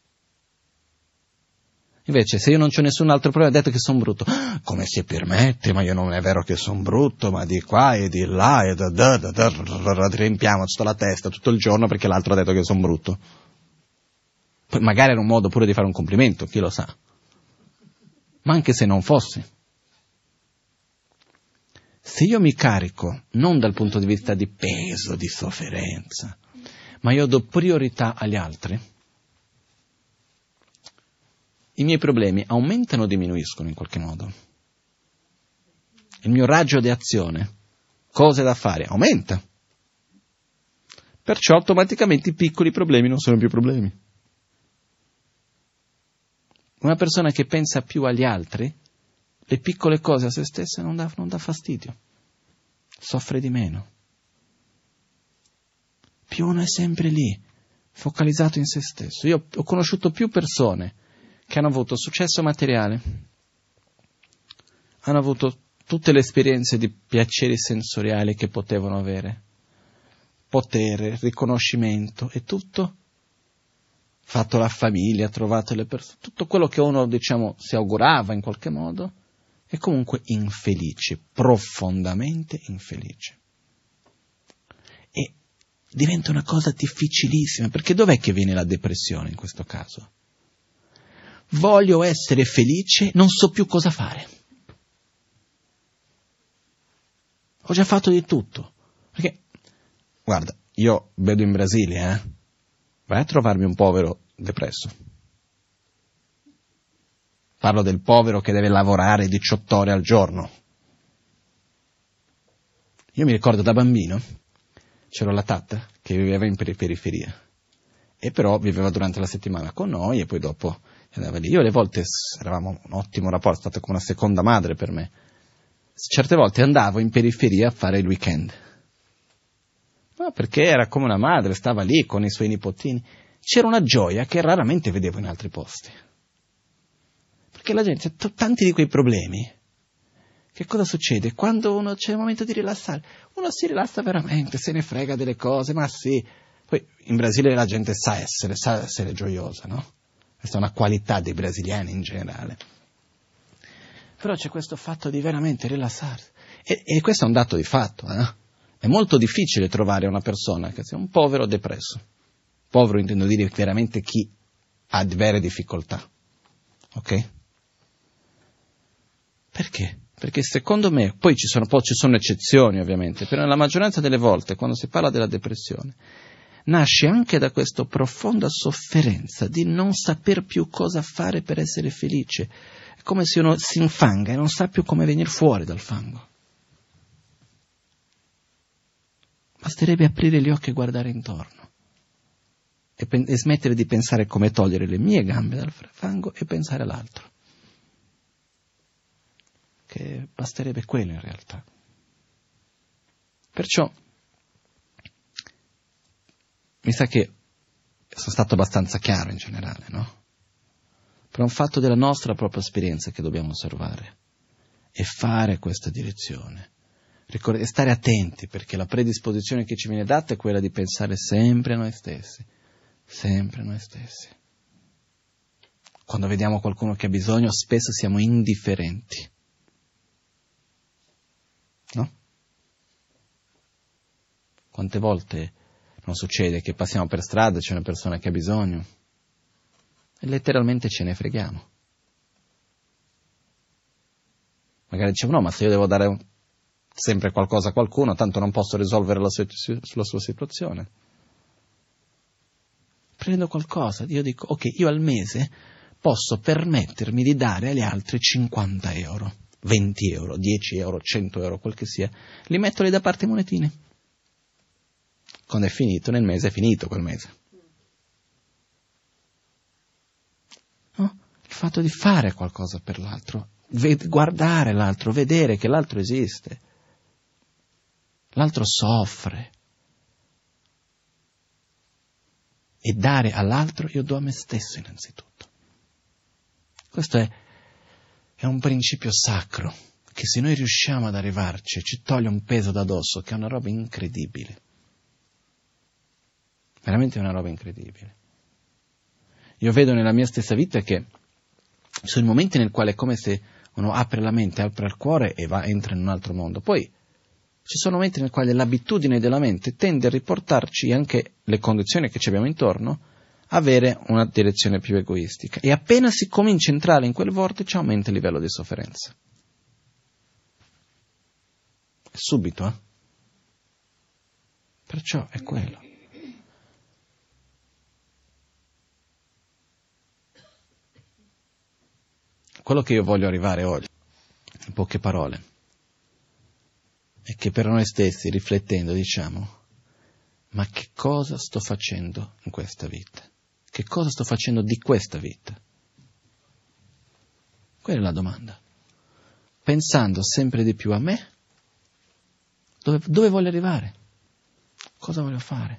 Invece, se io non c'ho nessun altro problema, ha detto che sono brutto. Come si permette? Ma io non è vero che sono brutto, ma di qua e di là, e riempiamoci la testa tutto il giorno perché l'altro ha detto che sono brutto. Poi magari era un modo pure di fare un complimento, chi lo sa. Ma anche se non fosse. Se io mi carico, non dal punto di vista di peso, di sofferenza, ma io do priorità agli altri, i miei problemi aumentano o diminuiscono in qualche modo? Il mio raggio di azione, cose da fare, aumenta. Perciò automaticamente i piccoli problemi non sono più problemi. Una persona che pensa più agli altri, le piccole cose a se stessa non dà fastidio, soffre di meno. Più uno è sempre lì, focalizzato in se stesso. Io ho conosciuto più persone che hanno avuto successo materiale, hanno avuto tutte le esperienze di piaceri sensoriali che potevano avere, potere, riconoscimento e tutto, fatto la famiglia, trovato le persone, tutto quello che uno, si augurava in qualche modo, e comunque infelice, profondamente infelice. E diventa una cosa difficilissima, perché dov'è che viene la depressione in questo caso? Voglio essere felice, non so più cosa fare. Ho già fatto di tutto. Perché, guarda, io vedo in Brasile, vai a trovarmi un povero depresso. Parlo del povero che deve lavorare 18 ore al giorno. Io mi ricordo da bambino, c'era la tata che viveva in periferia, e però viveva durante la settimana con noi e poi dopo andava lì. Io alle volte eravamo un ottimo rapporto, è stata come una seconda madre per me. Certe volte andavo in periferia a fare il weekend. No, perché era come una madre, stava lì con i suoi nipotini. C'era una gioia che raramente vedevo in altri posti. Perché la gente ha tanti di quei problemi. Che cosa succede? Quando uno c'è il momento di rilassare, uno si rilassa veramente, se ne frega delle cose, ma sì. Poi in Brasile la gente sa essere gioiosa, no? Questa è una qualità dei brasiliani in generale. Però c'è questo fatto di veramente rilassarsi. E questo è un dato di fatto, È molto difficile trovare una persona che sia un povero depresso. Povero intendo dire veramente chi ha vere difficoltà. Ok? Perché? Perché secondo me, poi ci sono eccezioni ovviamente, però nella maggioranza delle volte quando si parla della depressione, nasce anche da questa profonda sofferenza di non saper più cosa fare per essere felice. È come se uno si infanga e non sa più come venire fuori dal fango. Basterebbe aprire gli occhi e guardare intorno e smettere di pensare come togliere le mie gambe dal fango e pensare all'altro. Che basterebbe quello in realtà. Perciò mi sa che sono stato abbastanza chiaro in generale, no? Per un fatto della nostra propria esperienza che dobbiamo osservare e fare questa direzione. E stare attenti, perché la predisposizione che ci viene data è quella di pensare sempre a noi stessi. Sempre a noi stessi. Quando vediamo qualcuno che ha bisogno, spesso siamo indifferenti. No? Quante volte non succede che passiamo per strada e c'è una persona che ha bisogno e letteralmente ce ne freghiamo. Magari diciamo no, ma se io devo dare sempre qualcosa a qualcuno, tanto non posso risolvere la sua situazione. Prendo qualcosa, io dico, ok, io al mese posso permettermi di dare agli altri 50 euro, 20 euro, 10 euro, 100 euro, quel che sia, li metto lì da parte monetine. Quando è finito, nel mese è finito quel mese. No? Il fatto di fare qualcosa per l'altro, guardare l'altro, vedere che l'altro esiste, l'altro soffre, e dare all'altro, io do a me stesso innanzitutto. Questo è un principio sacro, che se noi riusciamo ad arrivarci, ci toglie un peso da dosso, che è una roba incredibile. Veramente è una roba incredibile. Io vedo nella mia stessa vita che sono i momenti nel quale è come se uno apre la mente, apre il cuore e entra in un altro mondo. Poi ci sono momenti nel quale l'abitudine della mente tende a riportarci anche le condizioni che ci abbiamo intorno, avere una direzione più egoistica. E appena si comincia a entrare in quel vortice aumenta il livello di sofferenza. Subito, eh? Perciò è quello. Quello che io voglio arrivare oggi, in poche parole, è che per noi stessi, riflettendo, diciamo, ma che cosa sto facendo in questa vita? Che cosa sto facendo di questa vita? Quella è la domanda. Pensando sempre di più a me, dove voglio arrivare? Cosa voglio fare?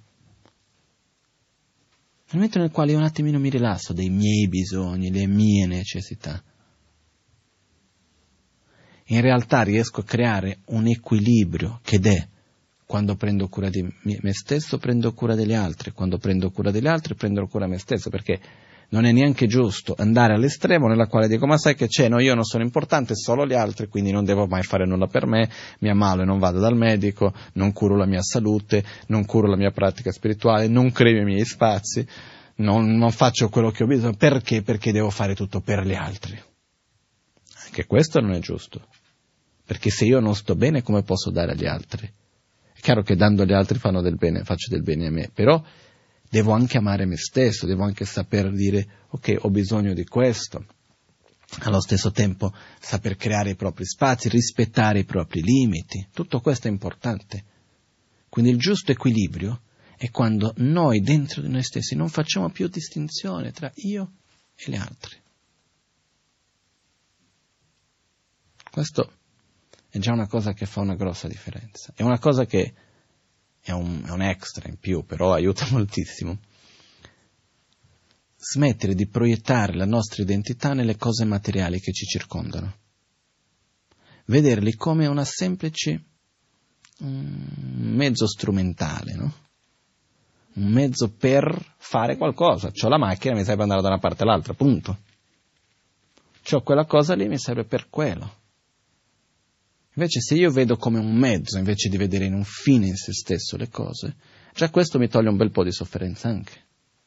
Nel momento nel quale io un attimino mi rilasso dei miei bisogni, le mie necessità, in realtà riesco a creare un equilibrio che è quando prendo cura di me stesso, prendo cura degli altri, quando prendo cura degli altri, prendo cura di me stesso, perché non è neanche giusto andare all'estremo nella quale dico, ma sai che c'è, no, io non sono importante, solo gli altri, quindi non devo mai fare nulla per me, mi ammalo e non vado dal medico, non curo la mia salute, non curo la mia pratica spirituale, non creo i miei spazi, non faccio quello che ho bisogno, perché? Perché devo fare tutto per gli altri. Anche questo non è giusto, perché se io non sto bene, come posso dare agli altri? È chiaro che dando agli altri faccio del bene a me, però devo anche amare me stesso, devo anche saper dire, ok, ho bisogno di questo, allo stesso tempo saper creare i propri spazi, rispettare i propri limiti, tutto questo è importante. Quindi il giusto equilibrio è quando noi dentro di noi stessi non facciamo più distinzione tra io e gli altri. Questo è già una cosa che fa una grossa differenza. È una cosa che è un extra in più, però aiuta moltissimo. Smettere di proiettare la nostra identità nelle cose materiali che ci circondano. Vederli come una semplice mezzo strumentale, no? Un mezzo per fare qualcosa. C'ho la macchina, mi serve andare da una parte all'altra, punto. C'ho quella cosa lì, mi serve per quello. Invece se io vedo come un mezzo, invece di vedere in un fine in se stesso le cose, già questo mi toglie un bel po' di sofferenza anche.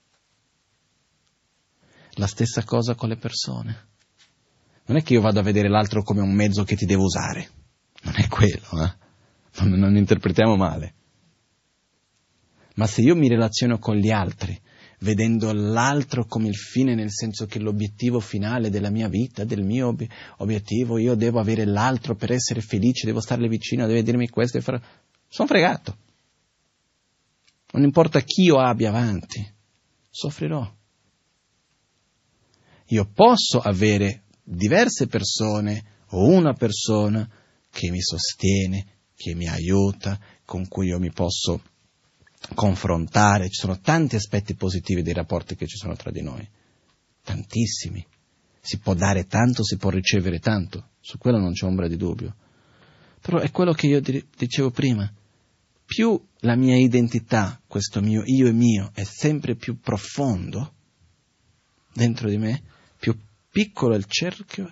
La stessa cosa con le persone. Non è che io vado a vedere l'altro come un mezzo che ti devo usare. Non è quello, eh? Non interpretiamo male. Ma se io mi relaziono con gli altri, vedendo l'altro come il fine, nel senso che l'obiettivo finale della mia vita, del mio obiettivo, io devo avere l'altro per essere felice, devo starle vicino, deve dirmi questo e fare... Sono fregato. Non importa chi io abbia avanti, soffrirò. Io posso avere diverse persone o una persona che mi sostiene, che mi aiuta, con cui io mi posso confrontare. Ci sono tanti aspetti positivi dei rapporti che ci sono tra di noi, tantissimi. Si può dare tanto, si può ricevere tanto, su quello non c'è ombra di dubbio. Però è quello che io dicevo prima, più la mia identità, questo mio io e mio, è sempre più profondo dentro di me, più piccolo è il cerchio,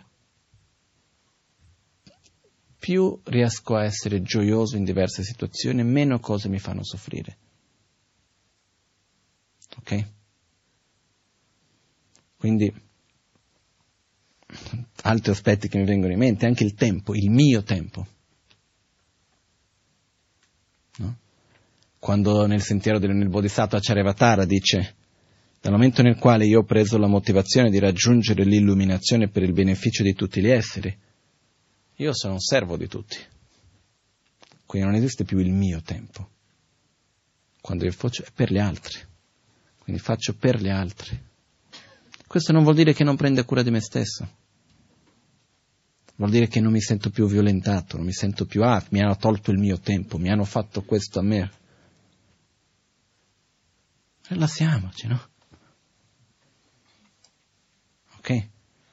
più riesco a essere gioioso in diverse situazioni, meno cose mi fanno soffrire. Ok? Quindi, altri aspetti che mi vengono in mente, anche il tempo, il mio tempo. no? Quando nel sentiero del Bodhisattva Charyavatara dice: dal momento nel quale io ho preso la motivazione di raggiungere l'illuminazione per il beneficio di tutti gli esseri, io sono un servo di tutti. Quindi non esiste più il mio tempo. Quando io faccio è per gli altri. Quindi faccio per gli altri. Questo non vuol dire che non prenda cura di me stesso. Vuol dire che non mi sento più violentato, non mi sento più, mi hanno tolto il mio tempo, mi hanno fatto questo a me. Rilassiamoci, no? Ok?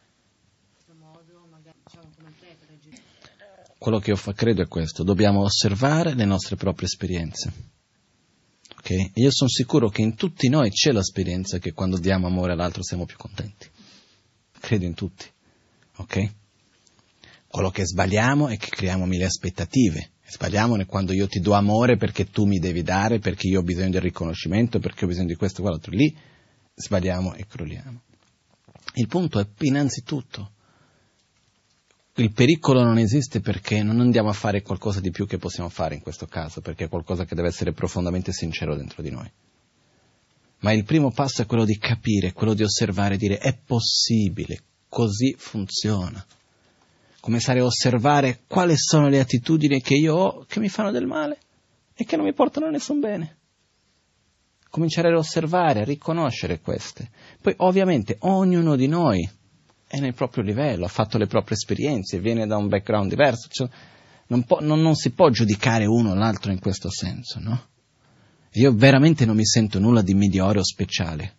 Quello che io credo è questo: dobbiamo osservare le nostre proprie esperienze. Ok? E io sono sicuro che in tutti noi c'è l'esperienza che quando diamo amore all'altro siamo più contenti. Credo in tutti. Ok? Quello che sbagliamo è che creiamo mille aspettative. Sbagliamo è quando io ti do amore perché tu mi devi dare, perché io ho bisogno del riconoscimento, perché ho bisogno di questo e quell'altro. Lì sbagliamo e crolliamo. Il punto è, innanzitutto, il pericolo non esiste perché non andiamo a fare qualcosa di più che possiamo fare in questo caso, perché è qualcosa che deve essere profondamente sincero dentro di noi. Ma il primo passo è quello di capire, quello di osservare, dire: è possibile, così funziona. Cominciare a osservare quali sono le attitudini che io ho che mi fanno del male e che non mi portano a nessun bene. Cominciare a osservare, a riconoscere queste. Poi ovviamente ognuno di noi è nel proprio livello, ha fatto le proprie esperienze, viene da un background diverso, cioè non si può giudicare uno o l'altro in questo senso, no? Io veramente non mi sento nulla di migliore o speciale.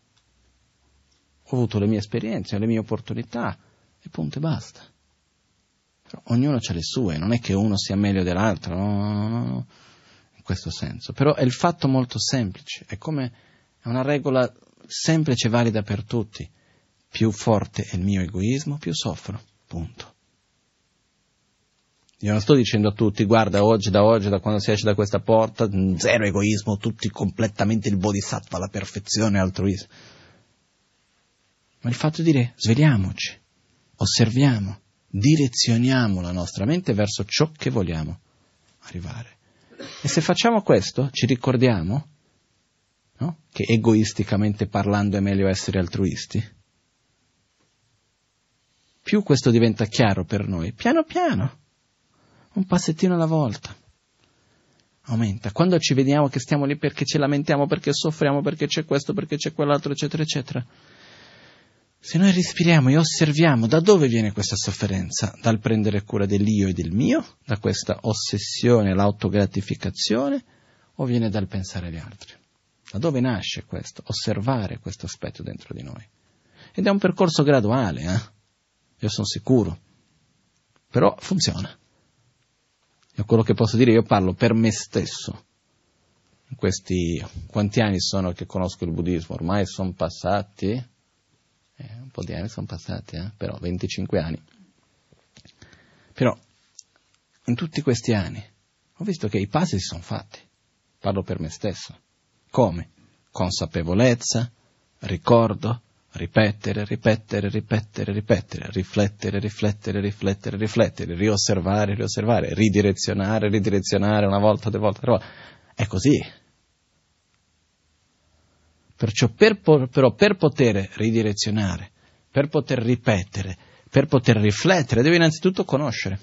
Ho avuto le mie esperienze, le mie opportunità e punto e basta. Però ognuno ha le sue, non è che uno sia meglio dell'altro, no, in questo senso. Però è il fatto molto semplice, è una regola semplice e valida per tutti. Più forte è il mio egoismo, più soffro, punto. Io non sto dicendo a tutti: guarda, da quando si esce da questa porta, zero egoismo, tutti completamente il bodhisattva, la perfezione, altruismo. Ma il fatto di dire: svegliamoci, osserviamo, direzioniamo la nostra mente verso ciò che vogliamo arrivare. E se facciamo questo, ci ricordiamo, no, che egoisticamente parlando è meglio essere altruisti. Più questo diventa chiaro per noi, piano piano, un passettino alla volta, aumenta. Quando ci vediamo che stiamo lì perché ci lamentiamo, perché soffriamo, perché c'è questo, perché c'è quell'altro, eccetera, eccetera, se noi respiriamo e osserviamo da dove viene questa sofferenza, dal prendere cura dell'io e del mio, da questa ossessione, l'autogratificazione, o viene dal pensare agli altri? Da dove nasce questo? Osservare questo aspetto dentro di noi. Ed è un percorso graduale, io sono sicuro, però funziona. Io quello che posso dire, io parlo per me stesso. In questi, quanti anni sono che conosco il buddismo? Ormai sono passati, un po' di anni sono passati, però 25 anni. Però in tutti questi anni ho visto che i passi si sono fatti. Parlo per me stesso. Come? Consapevolezza, ricordo, ripetere, riflettere, riosservare, ridirezionare una volta, due volte, tre volte. È così. Perciò però per poter ridirezionare, per poter ripetere, per poter riflettere, devo innanzitutto conoscere.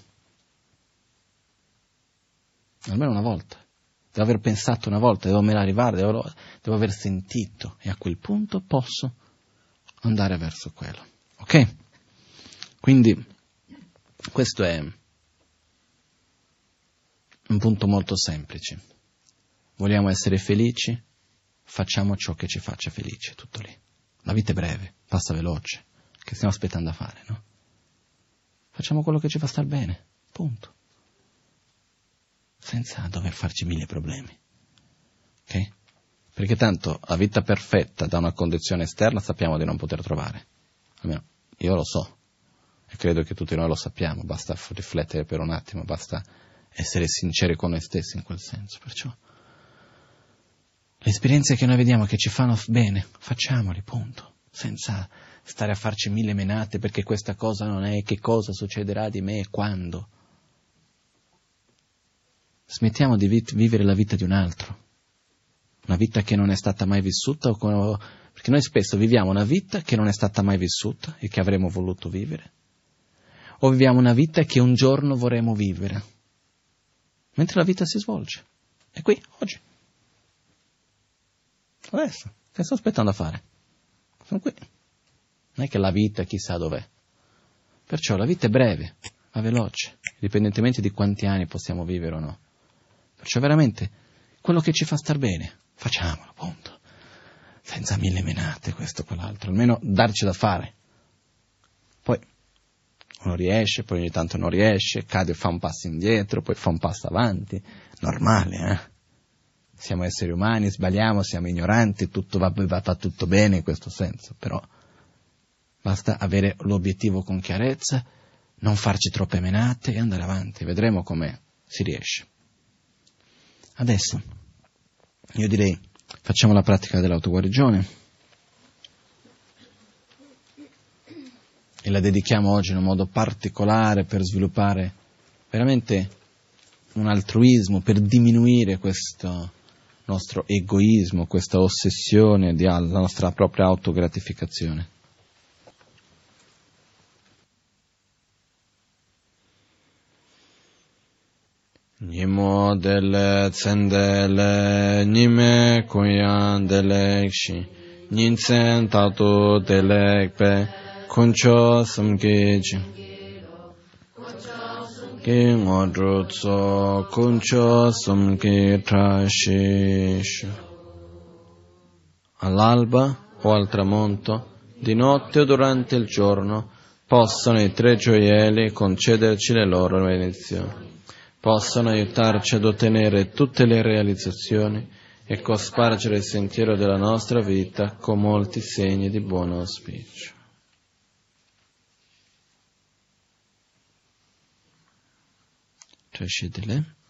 Almeno una volta. Devo aver pensato una volta, devo me la arrivare, devo aver sentito, e a quel punto posso andare verso quello. Ok? Quindi questo è un punto molto semplice. Vogliamo essere felici? Facciamo ciò che ci faccia felici, tutto lì. La vita è breve, passa veloce. Che stiamo aspettando a fare, no? Facciamo quello che ci fa star bene, punto. Senza dover farci mille problemi. Ok? Perché tanto la vita perfetta da una condizione esterna sappiamo di non poter trovare. Almeno io lo so. E credo che tutti noi lo sappiamo. Basta riflettere per un attimo, basta essere sinceri con noi stessi in quel senso. Perciò le esperienze che noi vediamo che ci fanno bene, facciamoli, punto. Senza stare a farci mille menate perché questa cosa non è, che cosa succederà di me e quando. Smettiamo di vivere la vita di un altro, una vita che non è stata mai vissuta, perché noi spesso viviamo una vita che non è stata mai vissuta e che avremmo voluto vivere, o viviamo una vita che un giorno vorremmo vivere, mentre la vita si svolge. È qui, oggi. Adesso, che sto aspettando a fare? Sono qui. Non è che la vita chissà dov'è. Perciò la vita è breve, ma veloce, indipendentemente di quanti anni possiamo vivere o no. Perciò veramente, quello che ci fa star bene, facciamolo, appunto. Senza mille menate, questo o quell'altro, almeno darci da fare. Poi uno riesce, poi ogni tanto non riesce, cade e fa un passo indietro, poi fa un passo avanti. Normale, eh? Siamo esseri umani, sbagliamo, siamo ignoranti, tutto va tutto bene in questo senso, però basta avere l'obiettivo con chiarezza, non farci troppe menate e andare avanti, vedremo come si riesce. Adesso, io direi, facciamo la pratica dell'autoguarigione e la dedichiamo oggi in un modo particolare per sviluppare veramente un altruismo, per diminuire questo nostro egoismo, questa ossessione della nostra propria autogratificazione. Nimo delle zendele, nime kuyan delekshi, ninsen tatu delekpe, kuncho samgeji. Che ngodruzzo, kuncho samge trashish. All'alba o al tramonto, di notte o durante il giorno, possono i tre gioielli concederci le loro benedizioni. Possono aiutarci ad ottenere tutte le realizzazioni e cospargere il sentiero della nostra vita con molti segni di buon auspicio. Trascidile.